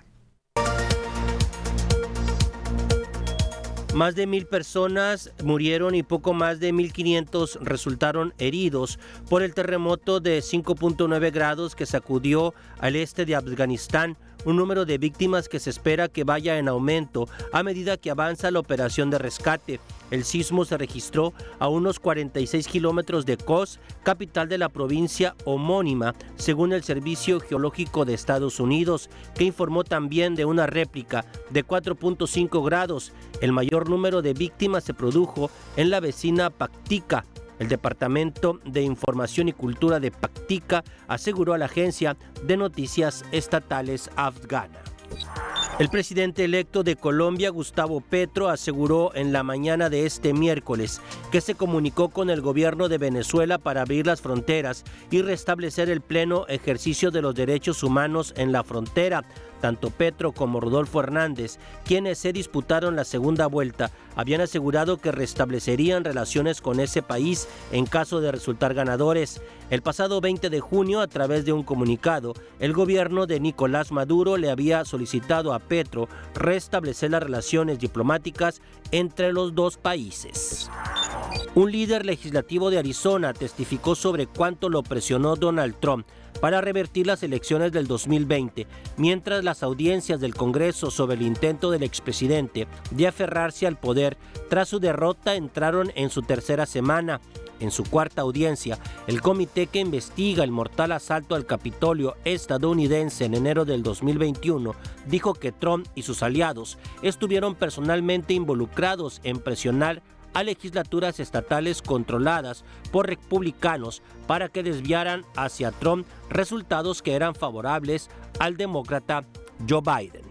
Más de mil personas murieron y poco más de mil quinientos resultaron heridos por el terremoto de cinco punto nueve grados que sacudió al este de Afganistán, un número de víctimas que se espera que vaya en aumento a medida que avanza la operación de rescate. El sismo se registró a unos cuarenta y seis kilómetros de Kos, capital de la provincia homónima, según el Servicio Geológico de Estados Unidos, que informó también de una réplica de cuatro punto cinco grados. El mayor número de víctimas se produjo en la vecina Paktika. El Departamento de Información y Cultura de Paktika aseguró a la agencia de noticias estatales afgana. El presidente electo de Colombia, Gustavo Petro, aseguró en la mañana de este miércoles que se comunicó con el gobierno de Venezuela para abrir las fronteras y restablecer el pleno ejercicio de los derechos humanos en la frontera. Tanto Petro como Rodolfo Hernández, quienes se disputaron la segunda vuelta, habían asegurado que restablecerían relaciones con ese país en caso de resultar ganadores. El pasado veinte de junio, a través de un comunicado, el gobierno de Nicolás Maduro le había solicitado a Petro restablecer las relaciones diplomáticas entre los dos países. Un líder legislativo de Arizona testificó sobre cuánto lo presionó Donald Trump para revertir las elecciones del dos mil veinte, mientras las audiencias del Congreso sobre el intento del expresidente de aferrarse al poder tras su derrota entraron en su tercera semana. En su cuarta audiencia, el comité que investiga el mortal asalto al Capitolio estadounidense en enero del dos mil veintiuno dijo que Trump y sus aliados estuvieron personalmente involucrados en presionar a legislaturas estatales controladas por republicanos para que desviaran hacia Trump resultados que eran favorables al demócrata Joe Biden.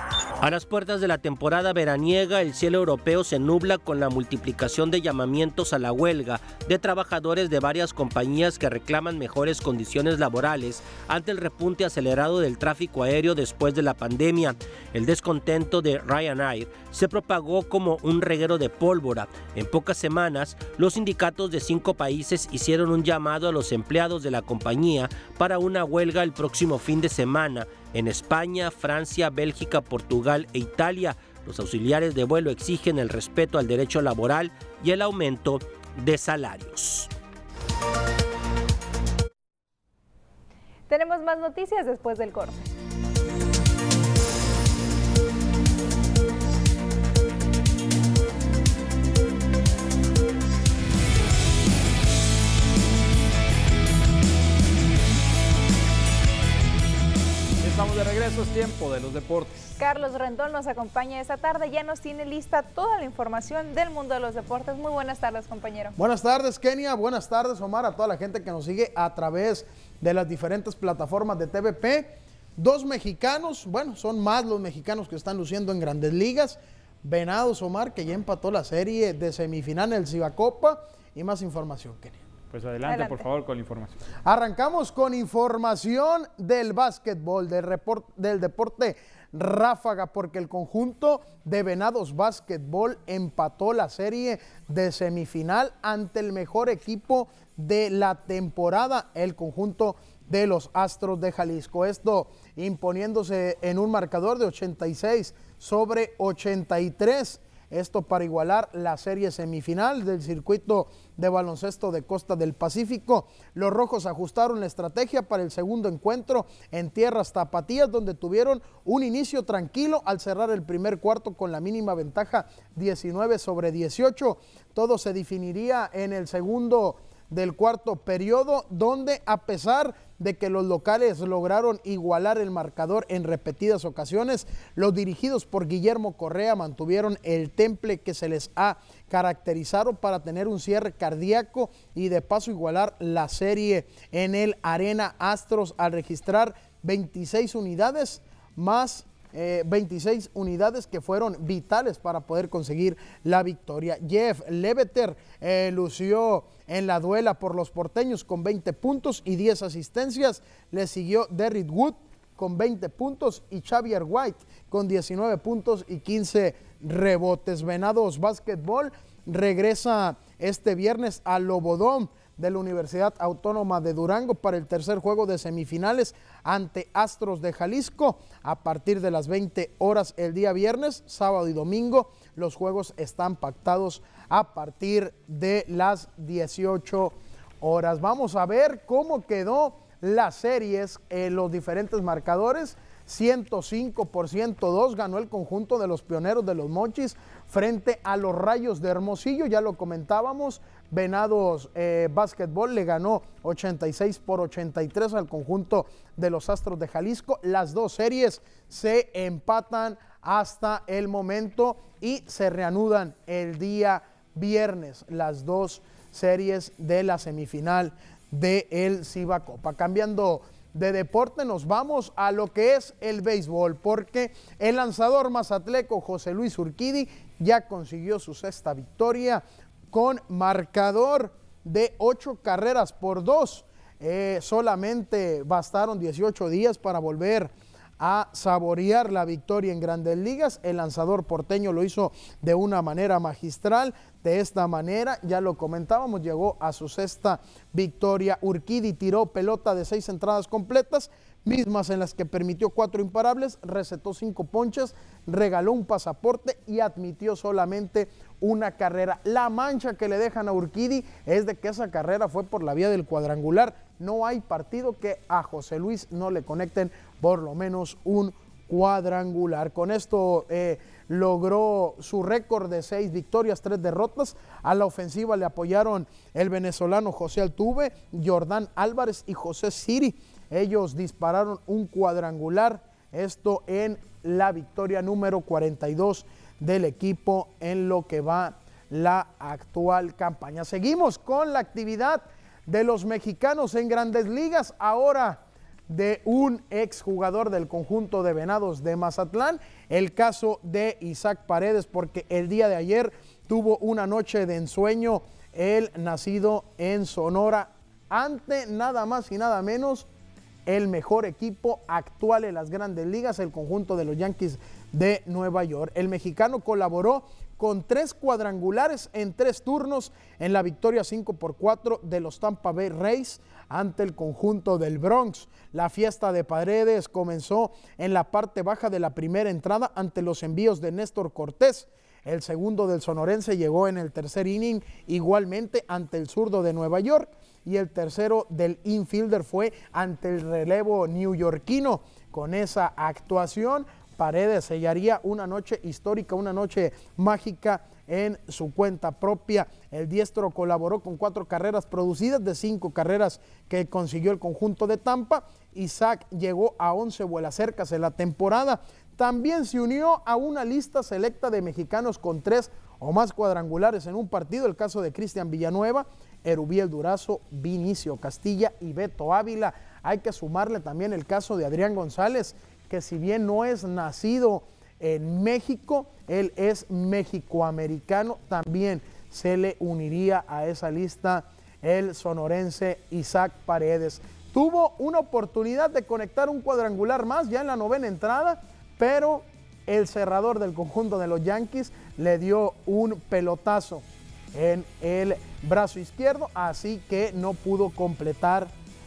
A las puertas de la temporada veraniega, el cielo europeo se nubla con la multiplicación de llamamientos a la huelga de trabajadores de varias compañías que reclaman mejores condiciones laborales ante el repunte acelerado del tráfico aéreo después de la pandemia. El descontento de Ryanair se propagó como un reguero de pólvora. En pocas semanas, los sindicatos de cinco países hicieron un llamado a los empleados de la compañía para una huelga el próximo fin de semana. En España, Francia, Bélgica, Portugal e Italia, los auxiliares de vuelo exigen el respeto al derecho laboral y el aumento de salarios. Tenemos más noticias después del corte. Estamos de regreso, es tiempo de los deportes. Carlos Rendón nos acompaña esta tarde, ya nos tiene lista toda la información del mundo de los deportes. Muy buenas tardes, compañero. Buenas tardes, Kenia, buenas tardes, Omar, a toda la gente que nos sigue a través de las diferentes plataformas de T V P. Dos mexicanos, bueno, son más los mexicanos que están luciendo en grandes ligas. Venados, Omar, que ya empató la serie de semifinal en el Cibacopa, y más información, Kenia. Pues adelante, adelante, por favor, con la información. Arrancamos con información del básquetbol, del, report, del deporte ráfaga, porque el conjunto de Venados Básquetbol empató la serie de semifinal ante el mejor equipo de la temporada, el conjunto de los Astros de Jalisco. Esto imponiéndose en un marcador de ochenta y seis sobre ochenta y tres. Esto para igualar la serie semifinal del circuito de baloncesto de Costa del Pacífico. Los rojos ajustaron la estrategia para el segundo encuentro en tierras tapatías, donde tuvieron un inicio tranquilo al cerrar el primer cuarto con la mínima ventaja diecinueve sobre dieciocho. Todo se definiría en el segundo del cuarto periodo, donde a pesar de que los locales lograron igualar el marcador en repetidas ocasiones, los dirigidos por Guillermo Correa mantuvieron el temple que se les ha caracterizado para tener un cierre cardíaco y de paso igualar la serie en el Arena Astros al registrar veintiséis unidades más Eh, veintiséis unidades que fueron vitales para poder conseguir la victoria. Jeff Leveter eh, lució en la duela por los porteños con veinte puntos y diez asistencias. Le siguió Derrick Wood con veinte puntos y Xavier White con diecinueve puntos y quince rebotes. Venados Básquetbol regresa este viernes al Lobodom de la Universidad Autónoma de Durango para el tercer juego de semifinales ante Astros de Jalisco a partir de las veinte horas el día viernes, sábado y domingo. Los juegos están pactados a partir de las dieciocho horas. Vamos a ver cómo quedó las series en los diferentes marcadores. ciento cinco por ciento dos ganó el conjunto de los Pioneros de los Mochis frente a los Rayos de Hermosillo, ya lo comentábamos. Venados eh, Básquetbol le ganó ochenta y seis por ochenta y tres al conjunto de los Astros de Jalisco. Las dos series se empatan hasta el momento y se reanudan el día viernes, las dos series de la semifinal de el Ciba Copa. Cambiando de deporte, nos vamos a lo que es el béisbol, porque el lanzador mazatleco José Luis Urquidi ya consiguió su sexta victoria con marcador de ocho carreras por dos. Eh, solamente bastaron dieciocho días para volver a saborear la victoria en Grandes Ligas. El lanzador porteño lo hizo de una manera magistral. De esta manera, ya lo comentábamos, llegó a su sexta victoria. Urquidi tiró pelota de seis entradas completas, mismas en las que permitió cuatro imparables, recetó cinco ponches, regaló un pasaporte y admitió solamente una carrera. La mancha que le dejan a Urquidi es de que esa carrera fue por la vía del cuadrangular. No hay partido que a José Luis no le conecten por lo menos un cuadrangular. Con esto eh, logró su récord de seis victorias, tres derrotas. A la ofensiva le apoyaron el venezolano José Altuve, Jordán Álvarez y José Siri. Ellos dispararon un cuadrangular, esto en la victoria número cuarenta y dos del equipo en lo que va la actual campaña. Seguimos con la actividad de los mexicanos en Grandes Ligas, ahora de un exjugador del conjunto de Venados de Mazatlán, el caso de Isaac Paredes, porque el día de ayer tuvo una noche de ensueño, el nacido en Sonora, ante nada más y nada menos el mejor equipo actual en las Grandes Ligas, el conjunto de los Yankees de Nueva York. El mexicano colaboró con tres cuadrangulares en tres turnos en la victoria cinco por cuatro de los Tampa Bay Rays ante el conjunto del Bronx. La fiesta de Paredes comenzó en la parte baja de la primera entrada ante los envíos de Néstor Cortés. El segundo del sonorense llegó en el tercer inning igualmente ante el zurdo de Nueva York, y el tercero del infielder fue ante el relevo neoyorquino. Con esa actuación, Paredes sellaría una noche histórica, una noche mágica en su cuenta propia. El diestro colaboró con cuatro carreras producidas de cinco carreras que consiguió el conjunto de Tampa. Isaac llegó a once vuelacercas en la temporada. También se unió a una lista selecta de mexicanos con tres o más cuadrangulares en un partido, el caso de Cristian Villanueva, Erubiel Durazo, Vinicio Castilla y Beto Ávila. Hay que sumarle también el caso de Adrián González, que si bien no es nacido en México, él es mexicoamericano, también se le uniría a esa lista el sonorense Isaac Paredes. Tuvo una oportunidad de conectar un cuadrangular más ya en la novena entrada, pero el cerrador del conjunto de los Yankees le dio un pelotazo en el brazo izquierdo, así que no pudo completar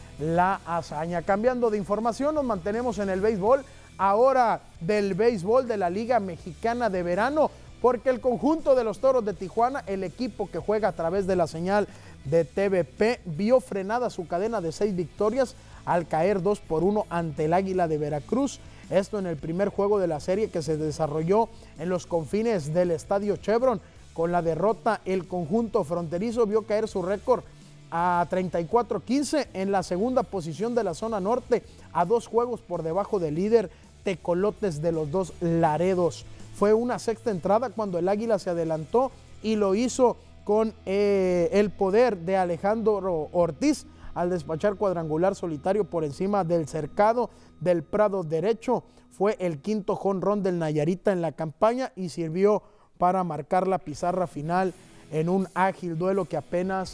la hazaña. Cambiando de información, nos mantenemos en el béisbol, ahora del béisbol de la Liga Mexicana de Verano, porque el conjunto de los Toros de Tijuana, el equipo que juega a través de la señal de T V P, vio frenada su cadena de seis victorias al caer dos por uno ante el Águila de Veracruz. Esto en el primer juego de la serie que se desarrolló en los confines del Estadio Chevron. Con la derrota, el conjunto fronterizo vio caer su récord a treinta y cuatro quince en la segunda posición de la zona norte, a dos juegos por debajo del líder Tecolotes de los Dos Laredos. Fue una sexta entrada cuando el Águila se adelantó y lo hizo con eh, el poder de Alejandro Ortiz al despachar cuadrangular solitario por encima del cercado del Prado derecho. Fue el quinto jonrón del Nayarita en la campaña y sirvió para marcar la pizarra final en un ágil duelo que apenas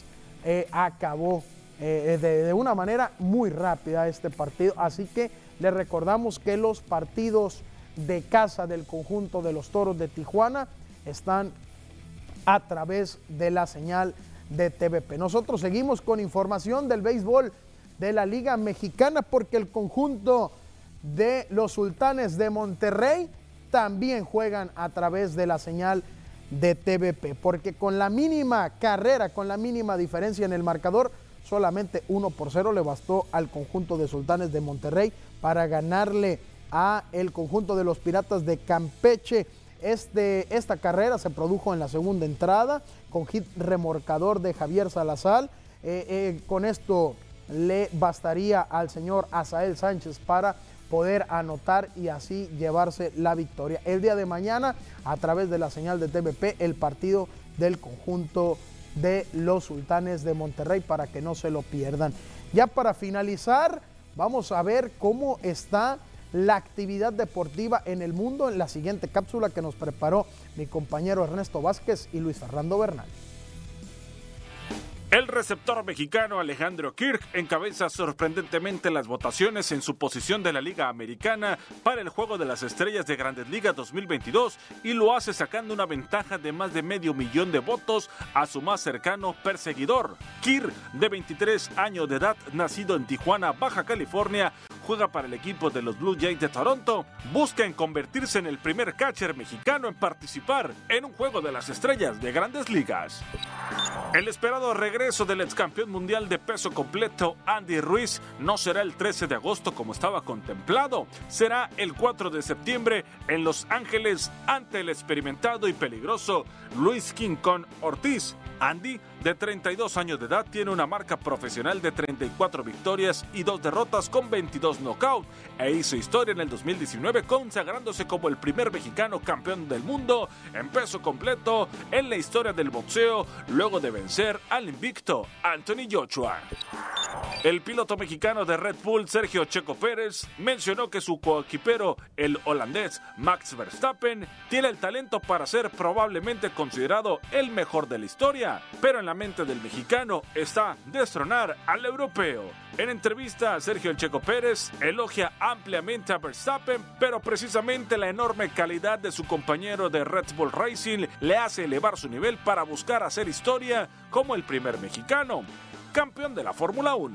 eh, acabó eh, de, de una manera muy rápida este partido, así que les recordamos que los partidos de casa del conjunto de los Toros de Tijuana están a través de la señal de T V P. Nosotros seguimos con información del béisbol de la Liga Mexicana porque el conjunto de los Sultanes de Monterrey también juegan a través de la señal de T V P, porque con la mínima carrera, con la mínima diferencia en el marcador, solamente uno por cero le bastó al conjunto de Sultanes de Monterrey para ganarle a el conjunto de los Piratas de Campeche. Este, esta carrera se produjo en la segunda entrada con hit remorcador de Javier Salazar. Eh, eh, con esto le bastaría al señor Asael Sánchez para poder anotar y así llevarse la victoria. El día de mañana, a través de la señal de T V P, el partido del conjunto de los Sultanes de Monterrey para que no se lo pierdan. Ya para finalizar, vamos a ver cómo está la actividad deportiva en el mundo en la siguiente cápsula que nos preparó mi compañero Ernesto Vázquez y Luis Fernando Bernal. El receptor mexicano Alejandro Kirk encabeza sorprendentemente las votaciones en su posición de la Liga Americana para el Juego de las Estrellas de Grandes Ligas dos mil veintidós y lo hace sacando una ventaja de más de medio millón de votos a su más cercano perseguidor. Kirk, de veintitrés años de edad, nacido en Tijuana, Baja California, juega para el equipo de los Blue Jays de Toronto, busca en convertirse en el primer catcher mexicano en participar en un Juego de las Estrellas de Grandes Ligas. El esperado regreso del ex campeón mundial de peso completo Andy Ruiz no será el trece de agosto como estaba contemplado, será el cuatro de septiembre en Los Ángeles ante el experimentado y peligroso Luis King Kong Ortiz. Andy, de treinta y dos años de edad, tiene una marca profesional de treinta y cuatro victorias y dos derrotas con veintidós knockouts e hizo historia en el dos mil diecinueve consagrándose como el primer mexicano campeón del mundo en peso completo en la historia del boxeo luego de vencer al invicto Anthony Joshua. El piloto mexicano de Red Bull, Sergio Checo Pérez, mencionó que su coequipero, el holandés Max Verstappen, tiene el talento para ser probablemente considerado el mejor de la historia, pero en la mente del mexicano está destronar al europeo. En entrevista, Sergio El Checo Pérez elogia ampliamente a Verstappen, pero precisamente la enorme calidad de su compañero de Red Bull Racing le hace elevar su nivel para buscar hacer historia como el primer mexicano campeón de la Fórmula uno.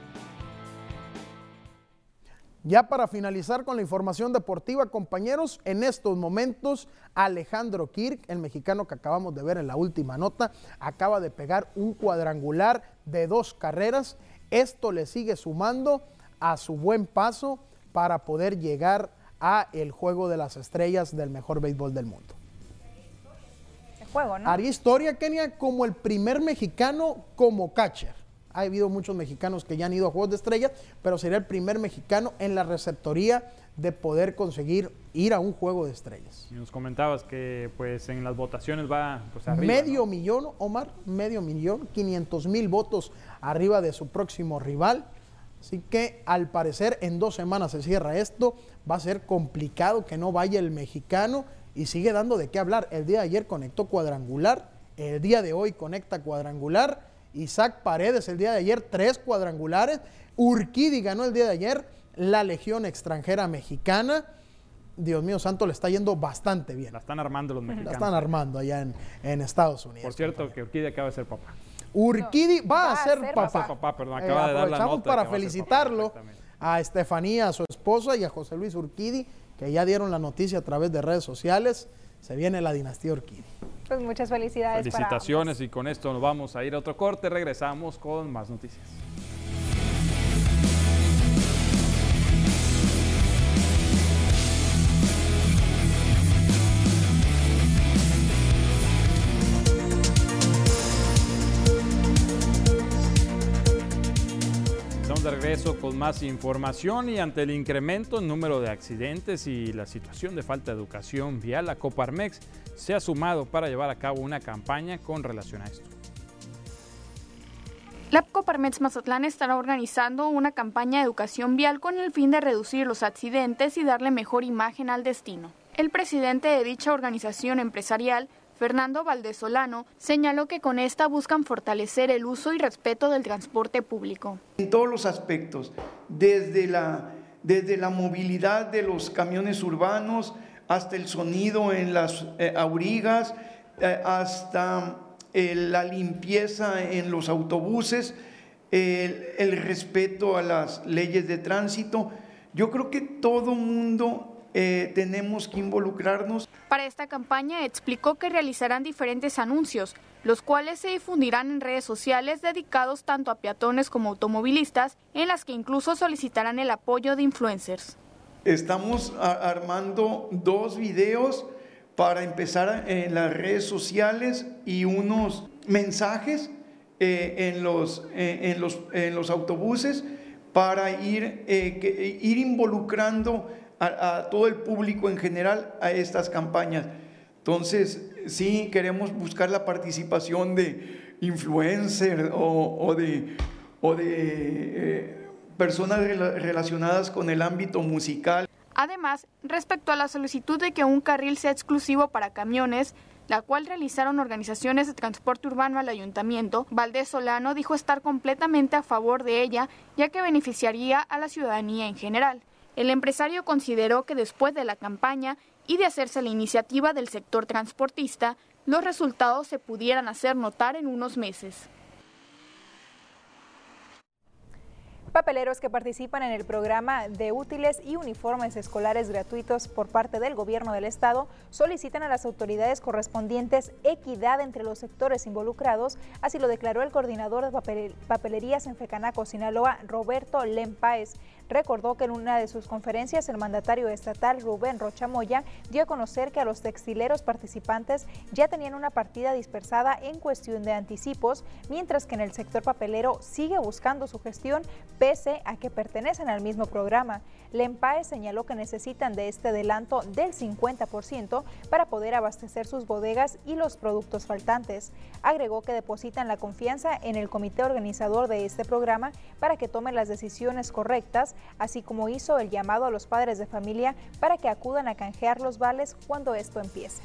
Ya para finalizar con la información deportiva, compañeros, en estos momentos Alejandro Kirk, el mexicano que acabamos de ver en la última nota, acaba de pegar un cuadrangular de dos carreras. Esto le sigue sumando a su buen paso para poder llegar a el Juego de las Estrellas del mejor béisbol del mundo. El juego, ¿no? Haría historia, Kenia, como el primer mexicano como catcher. Ha habido muchos mexicanos que ya han ido a Juegos de Estrellas, pero sería el primer mexicano en la receptoría de poder conseguir ir a un Juego de Estrellas. Y nos comentabas que pues en las votaciones va pues arriba, Medio ¿no? millón, Omar, medio millón, quinientos mil votos arriba de su próximo rival. Así que al parecer en dos semanas se cierra esto. Va a ser complicado que no vaya el mexicano y sigue dando de qué hablar. El día de ayer conectó cuadrangular, el día de hoy conecta cuadrangular. Isaac Paredes el día de ayer, tres cuadrangulares. Urquidy ganó el día de ayer la Legión Extranjera Mexicana. Dios mío santo, le está yendo bastante bien. La están armando los mexicanos. La están armando allá en, en Estados Unidos. Por cierto, compañero. que Urquidy acaba de ser papá. Urquidy no, va, va a ser, ser papá. Va a ser papá, perdón, acaba eh, de dar la nota. para felicitarlo a, a Estefanía, a su esposa, y a José Luis Urquidy, que ya dieron la noticia a través de redes sociales. Se viene la dinastía Urquidy. Pues muchas felicidades. Felicitaciones para y con esto nos vamos a ir a otro corte. Regresamos con más noticias. De regreso con más información y ante el incremento en número de accidentes y la situación de falta de educación vial, la Coparmex se ha sumado para llevar a cabo una campaña con relación a esto. La Coparmex Mazatlán estará organizando una campaña de educación vial con el fin de reducir los accidentes y darle mejor imagen al destino. El presidente de dicha organización empresarial, Fernando Valdesolano señaló que con esta buscan fortalecer el uso y respeto del transporte público. En todos los aspectos, desde la, desde la movilidad de los camiones urbanos hasta el sonido en las eh, aurigas, eh, hasta eh, la limpieza en los autobuses, el, el respeto a las leyes de tránsito. Yo creo que todo mundo eh, tenemos que involucrarnos. Para esta campaña explicó que realizarán diferentes anuncios, los cuales se difundirán en redes sociales dedicados tanto a peatones como automovilistas, en las que incluso solicitarán el apoyo de influencers. Estamos armando dos videos para empezar en las redes sociales y unos mensajes eh, en, los, eh, en, los, en los autobuses para ir, eh, que, ir involucrando a, a todo el público en general a estas campañas. Entonces, sí queremos buscar la participación de influencers o, o de, o de eh, personas rela- relacionadas con el ámbito musical. Además, respecto a la solicitud de que un carril sea exclusivo para camiones, la cual realizaron organizaciones de transporte urbano al ayuntamiento, Valdesolano dijo estar completamente a favor de ella, ya que beneficiaría a la ciudadanía en general. El empresario consideró que después de la campaña y de hacerse la iniciativa del sector transportista, los resultados se pudieran hacer notar en unos meses. Papeleros que participan en el programa de útiles y uniformes escolares gratuitos por parte del gobierno del estado solicitan a las autoridades correspondientes equidad entre los sectores involucrados, así lo declaró el coordinador de papel, papelerías en Fecanaco, Sinaloa, Roberto Lem Páez. Recordó que en una de sus conferencias el mandatario estatal Rubén Rocha Moya dio a conocer que a los textileros participantes ya tenían una partida dispersada en cuestión de anticipos, mientras que en el sector papelero sigue buscando su gestión pese a que pertenecen al mismo programa. Lem Páez señaló que necesitan de este adelanto del cincuenta por ciento para poder abastecer sus bodegas y los productos faltantes. Agregó que depositan la confianza en el comité organizador de este programa para que tome las decisiones correctas, así como hizo el llamado a los padres de familia para que acudan a canjear los vales cuando esto empiece.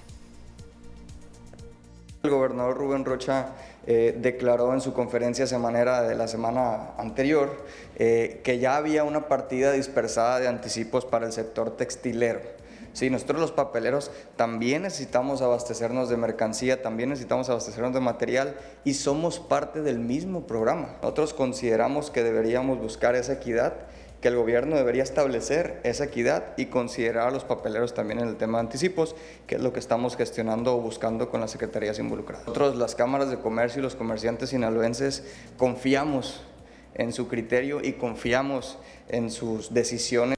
El gobernador Rubén Rocha eh, declaró en su conferencia semanera de la semana anterior eh, que ya había una partida dispersada de anticipos para el sector textilero. Sí, nosotros los papeleros también necesitamos abastecernos de mercancía, también necesitamos abastecernos de material y somos parte del mismo programa. Nosotros consideramos que deberíamos buscar esa equidad, que el gobierno debería establecer esa equidad y considerar a los papeleros también en el tema de anticipos, que es lo que estamos gestionando o buscando con las secretarías involucradas. Nosotros, las cámaras de comercio y los comerciantes sinaloenses, confiamos en su criterio y confiamos en sus decisiones.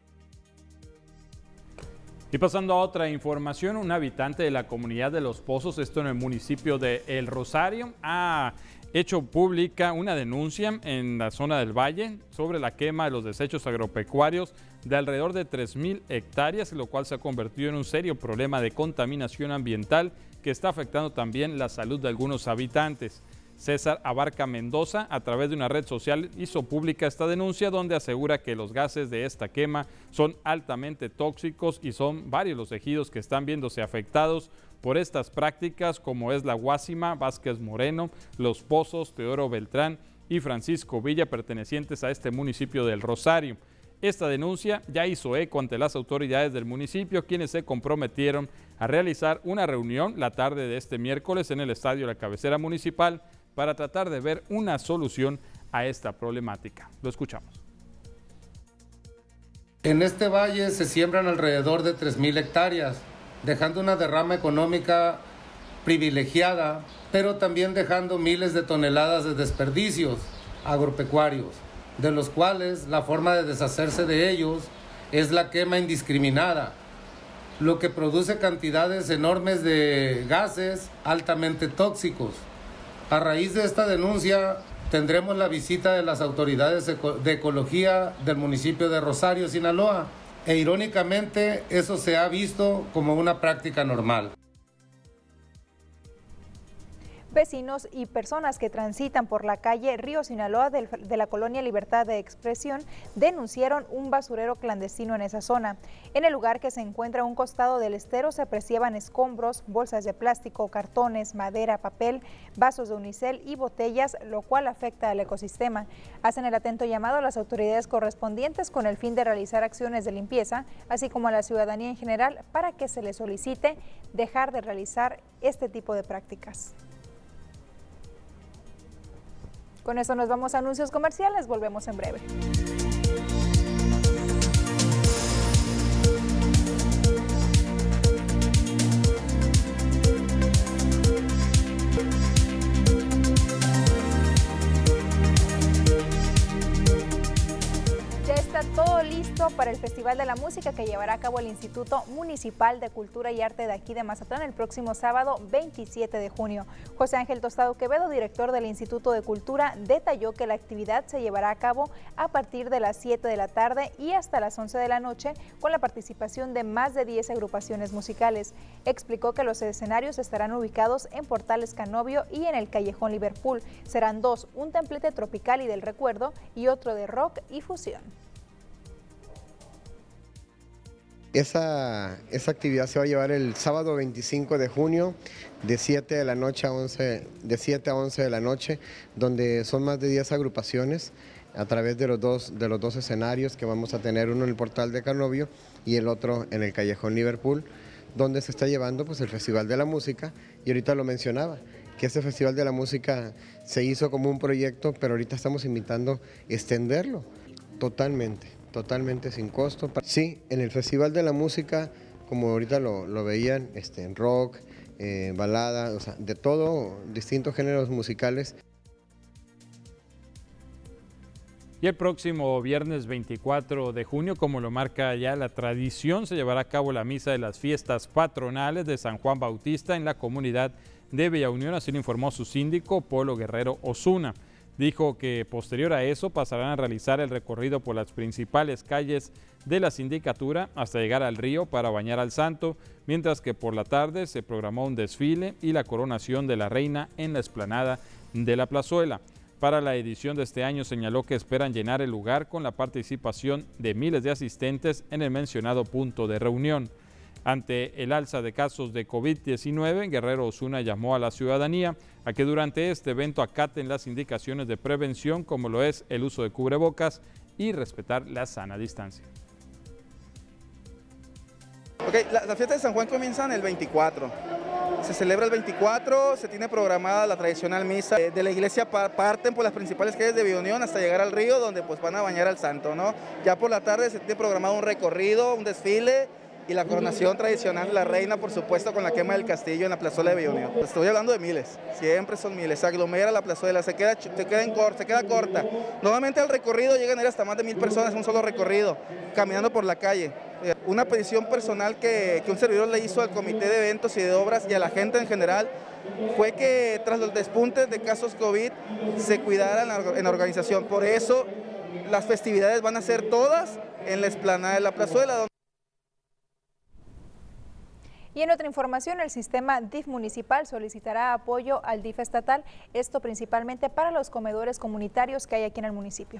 Y pasando a otra información, un habitante de la comunidad de Los Pozos, esto en el municipio de El Rosario, ha hecho pública una denuncia en la zona del Valle sobre la quema de los desechos agropecuarios de alrededor de tres mil hectáreas, lo cual se ha convertido en un serio problema de contaminación ambiental que está afectando también la salud de algunos habitantes. César Abarca Mendoza, a través de una red social, hizo pública esta denuncia donde asegura que los gases de esta quema son altamente tóxicos y son varios los ejidos que están viéndose afectados por estas prácticas, como es la Guásima, Vázquez Moreno, Los Pozos, Teodoro Beltrán y Francisco Villa, pertenecientes a este municipio del Rosario. Esta denuncia ya hizo eco ante las autoridades del municipio, quienes se comprometieron a realizar una reunión la tarde de este miércoles en el estadio La Cabecera Municipal para tratar de ver una solución a esta problemática. Lo escuchamos. En este valle se siembran alrededor de tres mil hectáreas, dejando una derrama económica privilegiada, pero también dejando miles de toneladas de desperdicios agropecuarios, de los cuales la forma de deshacerse de ellos es la quema indiscriminada, lo que produce cantidades enormes de gases altamente tóxicos. A raíz de esta denuncia, tendremos la visita de las autoridades de ecología del municipio de Rosario, Sinaloa, e irónicamente eso se ha visto como una práctica normal. Vecinos y personas que transitan por la calle Río Sinaloa de, de la colonia Libertad de Expresión denunciaron un basurero clandestino en esa zona. En el lugar, que se encuentra a un costado del estero, se apreciaban escombros, bolsas de plástico, cartones, madera, papel, vasos de unicel y botellas, lo cual afecta al ecosistema. Hacen el atento llamado a las autoridades correspondientes con el fin de realizar acciones de limpieza, así como a la ciudadanía en general, para que se les solicite dejar de realizar este tipo de prácticas. Con eso nos vamos a anuncios comerciales, volvemos en breve. Todo listo para el Festival de la Música que llevará a cabo el Instituto Municipal de Cultura y Arte de aquí de Mazatlán el próximo sábado veintisiete de junio. José Ángel Tostado Quevedo, director del Instituto de Cultura, detalló que la actividad se llevará a cabo a partir de las siete de la tarde y hasta las once de la noche, con la participación de más de diez agrupaciones musicales. Explicó que los escenarios estarán ubicados en Portales Canovio y en el Callejón Liverpool. Serán dos, un templete tropical y del recuerdo y otro de rock y fusión. Esa, esa actividad se va a llevar el sábado veinticinco de junio de siete de la noche a once, de siete a once de la noche, donde son más de diez agrupaciones a través de los dos, de los dos escenarios que vamos a tener, uno en el Portal de Canovio y el otro en el Callejón Liverpool, donde se está llevando pues el Festival de la Música. Y ahorita lo mencionaba, que este Festival de la Música se hizo como un proyecto, pero ahorita estamos invitando a extenderlo totalmente. Totalmente sin costo. Sí, en el Festival de la Música, como ahorita lo, lo veían, este, en rock, eh, balada, o sea, de todo, distintos géneros musicales. Y el próximo viernes veinticuatro de junio, como lo marca ya la tradición, se llevará a cabo la misa de las fiestas patronales de San Juan Bautista en la comunidad de Villa Unión, así lo informó su síndico, Polo Guerrero Osuna. Dijo que posterior a eso pasarán a realizar el recorrido por las principales calles de la sindicatura hasta llegar al río para bañar al santo, mientras que por la tarde se programó un desfile y la coronación de la reina en la explanada de la plazuela. Para la edición de este año señaló que esperan llenar el lugar con la participación de miles de asistentes en el mencionado punto de reunión. Ante el alza de casos de COVID diecinueve, Guerrero Osuna llamó a la ciudadanía a que durante este evento acaten las indicaciones de prevención, como lo es el uso de cubrebocas y respetar la sana distancia. Ok, las la fiestas de San Juan comienzan el veinticuatro. Se celebra el veinticuatro, se tiene programada la tradicional misa. De la iglesia parten por las principales calles de Villa Unión hasta llegar al río, donde pues van a bañar al santo, ¿no? Ya por la tarde se tiene programado un recorrido, un desfile y la coronación tradicional de la reina, por supuesto, con la quema del castillo en la plazuela de Villa Unión. Estoy hablando de miles, siempre son miles. Se aglomera la plazuela, se queda, se queda, en cor, se queda corta. Normalmente al recorrido llegan a ir hasta más de mil personas en un solo recorrido, caminando por la calle. Una petición personal que, que un servidor le hizo al comité de eventos y de obras y a la gente en general fue que tras los despuntes de casos COVID se cuidaran en la organización. Por eso las festividades van a ser todas en la explanada de la plazuela. Y en otra información, el sistema D I F municipal solicitará apoyo al D I F estatal, esto principalmente para los comedores comunitarios que hay aquí en el municipio.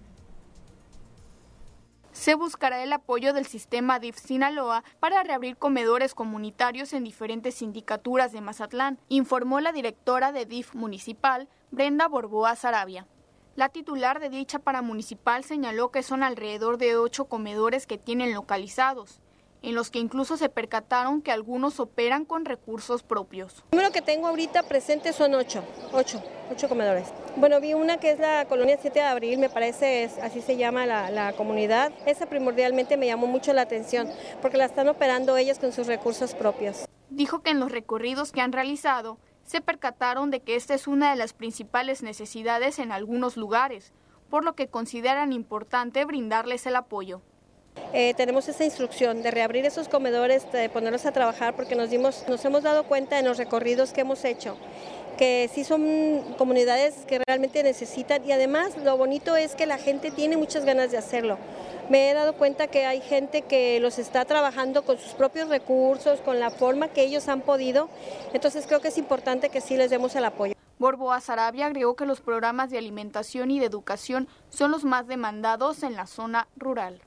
Se buscará el apoyo del sistema D I F Sinaloa para reabrir comedores comunitarios en diferentes sindicaturas de Mazatlán, informó la directora de D I F municipal, Brenda Borboa Sarabia. La titular de dicha paramunicipal señaló que son alrededor de ocho comedores que tienen localizados, en los que incluso se percataron que algunos operan con recursos propios. El número que tengo ahorita presente son ocho, ocho, ocho comedores. Bueno, vi una que es la colonia siete de abril, me parece, es, así se llama la, la comunidad. Esa primordialmente me llamó mucho la atención, porque la están operando ellas con sus recursos propios. Dijo que en los recorridos que han realizado, se percataron de que esta es una de las principales necesidades en algunos lugares, por lo que consideran importante brindarles el apoyo. Eh, tenemos esa instrucción de reabrir esos comedores, de ponerlos a trabajar, porque nos dimos, nos hemos dado cuenta en los recorridos que hemos hecho que sí son comunidades que realmente necesitan, y además lo bonito es que la gente tiene muchas ganas de hacerlo. Me he dado cuenta que hay gente que los está trabajando con sus propios recursos, con la forma que ellos han podido, entonces creo que es importante que sí les demos el apoyo. Borboa Sarabia agregó que los programas de alimentación y de educación son los más demandados en la zona rural.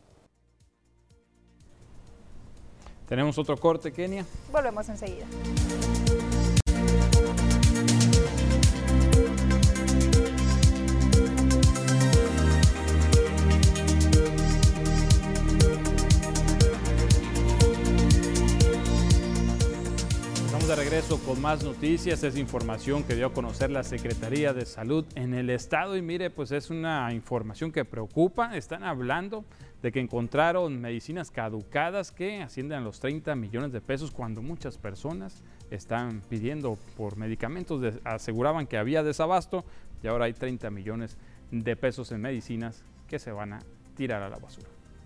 Tenemos otro corte, Kenia. Volvemos enseguida. De regreso con más noticias. Es información que dio a conocer la Secretaría de Salud en el estado y mire, pues es una información que preocupa. Están hablando de que encontraron medicinas caducadas que ascienden a los treinta millones de pesos cuando muchas personas están pidiendo por medicamentos, de, aseguraban que había desabasto y ahora hay treinta millones de pesos en medicinas que se van a tirar a la basura.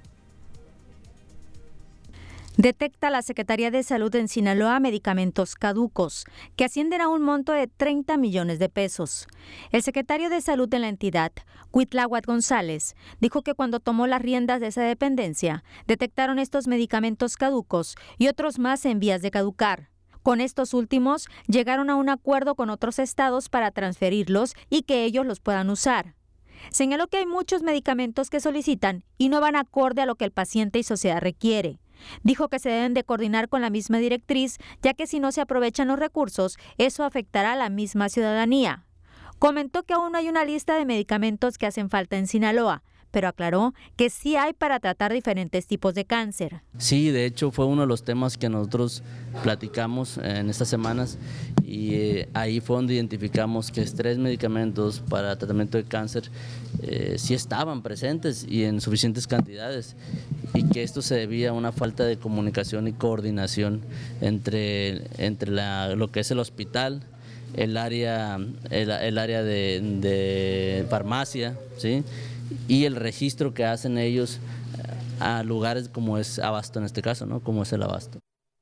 Detecta la Secretaría de Salud en Sinaloa medicamentos caducos, que ascienden a un monto de treinta millones de pesos. El secretario de Salud de la entidad, Cuitláhuac González, dijo que cuando tomó las riendas de esa dependencia, detectaron estos medicamentos caducos y otros más en vías de caducar. Con estos últimos, llegaron a un acuerdo con otros estados para transferirlos y que ellos los puedan usar. Señaló que hay muchos medicamentos que solicitan y no van acorde a lo que el paciente y sociedad requiere. Dijo que se deben de coordinar con la misma directriz, ya que si no se aprovechan los recursos, eso afectará a la misma ciudadanía. Comentó que aún no hay una lista de medicamentos que hacen falta en Sinaloa, pero aclaró que sí hay para tratar diferentes tipos de cáncer. Sí, de hecho fue uno de los temas que nosotros platicamos en estas semanas y eh, ahí fue donde identificamos que tres medicamentos para tratamiento de cáncer eh, sí estaban presentes y en suficientes cantidades y que esto se debía a una falta de comunicación y coordinación entre, entre la, lo que es el hospital, el área, el, el área de, de farmacia, ¿sí? Y el registro que hacen ellos a lugares como es Abasto en este caso, ¿no? Como es el Abasto.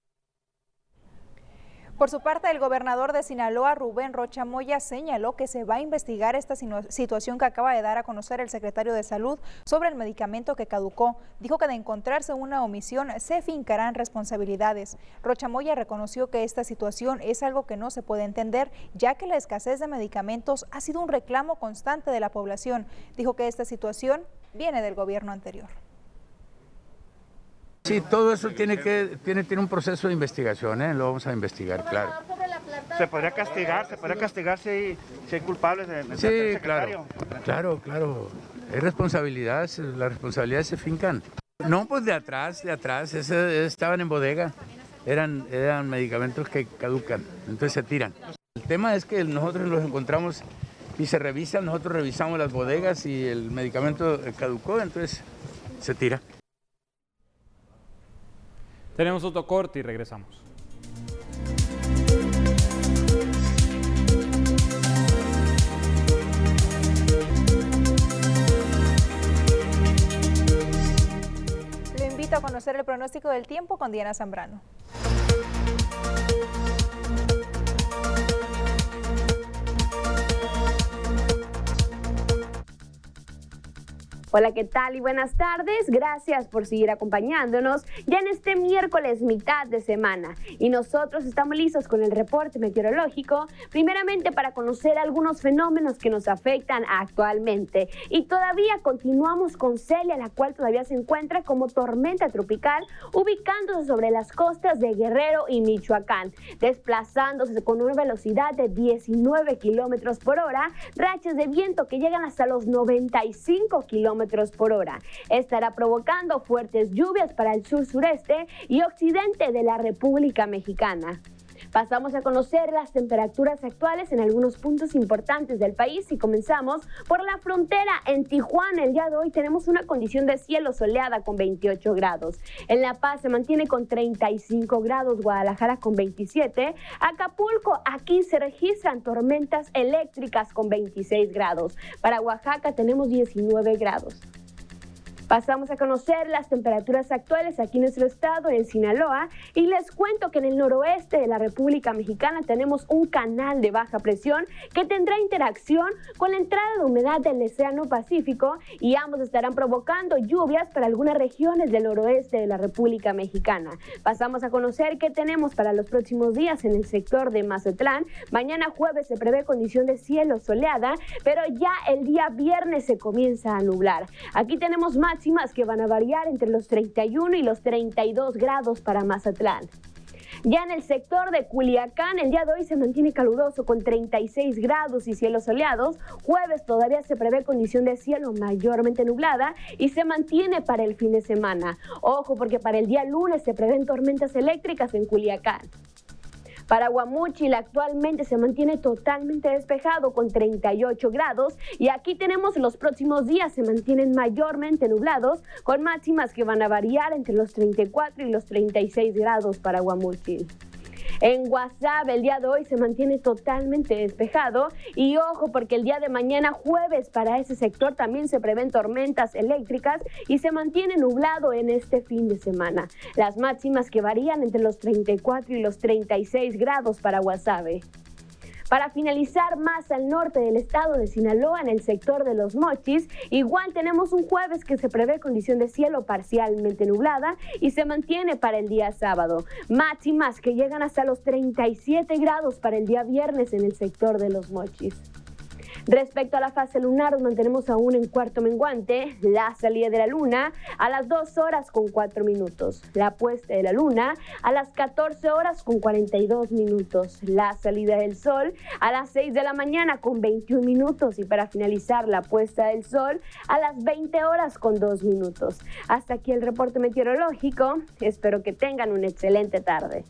Por su parte, el gobernador de Sinaloa, Rubén Rocha Moya, señaló que se va a investigar esta situación que acaba de dar a conocer el secretario de Salud sobre el medicamento que caducó. Dijo que de encontrarse una omisión se fincarán responsabilidades. Rocha Moya reconoció que esta situación es algo que no se puede entender, ya que la escasez de medicamentos ha sido un reclamo constante de la población. Dijo que esta situación viene del gobierno anterior. Sí, todo eso tiene que tiene, tiene un proceso de investigación, ¿eh? Lo vamos a investigar, claro. ¿Se podría castigar, se podría castigar si, si hay culpables de, de Sí, claro, claro, claro. Es responsabilidad, las responsabilidades se fincan. No, pues de atrás, de atrás, ese, estaban en bodega, eran, eran medicamentos que caducan, entonces se tiran. El tema es que nosotros los encontramos y se revisan, nosotros revisamos las bodegas y el medicamento caducó, entonces se tira. Tenemos otro corte y regresamos. Lo invito a conocer el pronóstico del tiempo con Diana Zambrano. Hola, ¿qué tal y buenas tardes? Gracias por seguir acompañándonos ya en este miércoles mitad de semana. Y nosotros estamos listos con el reporte meteorológico, primeramente para conocer algunos fenómenos que nos afectan actualmente. Y todavía continuamos con Celia, la cual todavía se encuentra como tormenta tropical, ubicándose sobre las costas de Guerrero y Michoacán, desplazándose con una velocidad de diecinueve kilómetros por hora, rachas de viento que llegan hasta los noventa y cinco kilómetros por hora. Estará provocando fuertes lluvias para el sur sureste y occidente de la República Mexicana. Pasamos a conocer las temperaturas actuales en algunos puntos importantes del país y comenzamos por la frontera. En Tijuana el día de hoy tenemos una condición de cielo soleada con veintiocho grados. En La Paz se mantiene con treinta y cinco grados, Guadalajara con veintisiete, Acapulco aquí se registran tormentas eléctricas con veintiséis grados. Para Oaxaca tenemos diecinueve grados. Pasamos a conocer las temperaturas actuales aquí en nuestro estado, en Sinaloa, y les cuento que en el noroeste de la República Mexicana tenemos un canal de baja presión que tendrá interacción con la entrada de humedad del Océano Pacífico y ambos estarán provocando lluvias para algunas regiones del noroeste de la República Mexicana. Pasamos a conocer qué tenemos para los próximos días en el sector de Mazatlán. Mañana jueves se prevé condición de cielo soleada, pero ya el día viernes se comienza a nublar. Aquí tenemos máximas que van a variar entre los treinta y uno y los treinta y dos grados para Mazatlán. Ya en el sector de Culiacán, el día de hoy se mantiene caluroso con treinta y seis grados y cielos soleados. Jueves todavía se prevé condición de cielo mayormente nublada y se mantiene para el fin de semana. Ojo, porque para el día lunes se prevén tormentas eléctricas en Culiacán. Para Guamúchil actualmente se mantiene totalmente despejado con treinta y ocho grados y aquí tenemos los próximos días se mantienen mayormente nublados con máximas que van a variar entre los treinta y cuatro y los treinta y seis grados para Guamúchil. En Guasave el día de hoy se mantiene totalmente despejado y ojo porque el día de mañana jueves para ese sector también se prevén tormentas eléctricas y se mantiene nublado en este fin de semana. Las máximas que varían entre los treinta y cuatro y los treinta y seis grados para Guasave. Para finalizar más al norte del estado de Sinaloa, en el sector de Los Mochis, igual tenemos un jueves que se prevé condición de cielo parcialmente nublada y se mantiene para el día sábado. Máximas que llegan hasta los treinta y siete grados para el día viernes en el sector de Los Mochis. Respecto a la fase lunar, nos mantenemos aún en cuarto menguante, la salida de la luna a las dos horas con cuatro minutos, la puesta de la luna a las catorce horas con cuarenta y dos minutos, la salida del sol a las seis de la mañana con veintiún minutos y para finalizar la puesta del sol a las veinte horas con dos minutos. Hasta aquí el reporte meteorológico, espero que tengan una excelente tarde.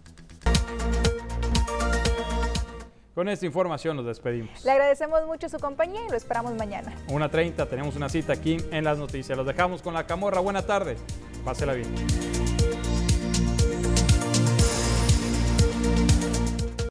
Con esta información nos despedimos. Le agradecemos mucho su compañía y lo esperamos mañana. una treinta tenemos una cita aquí en Las Noticias. Los dejamos con La Camorra. Buena tarde. Pásela bien.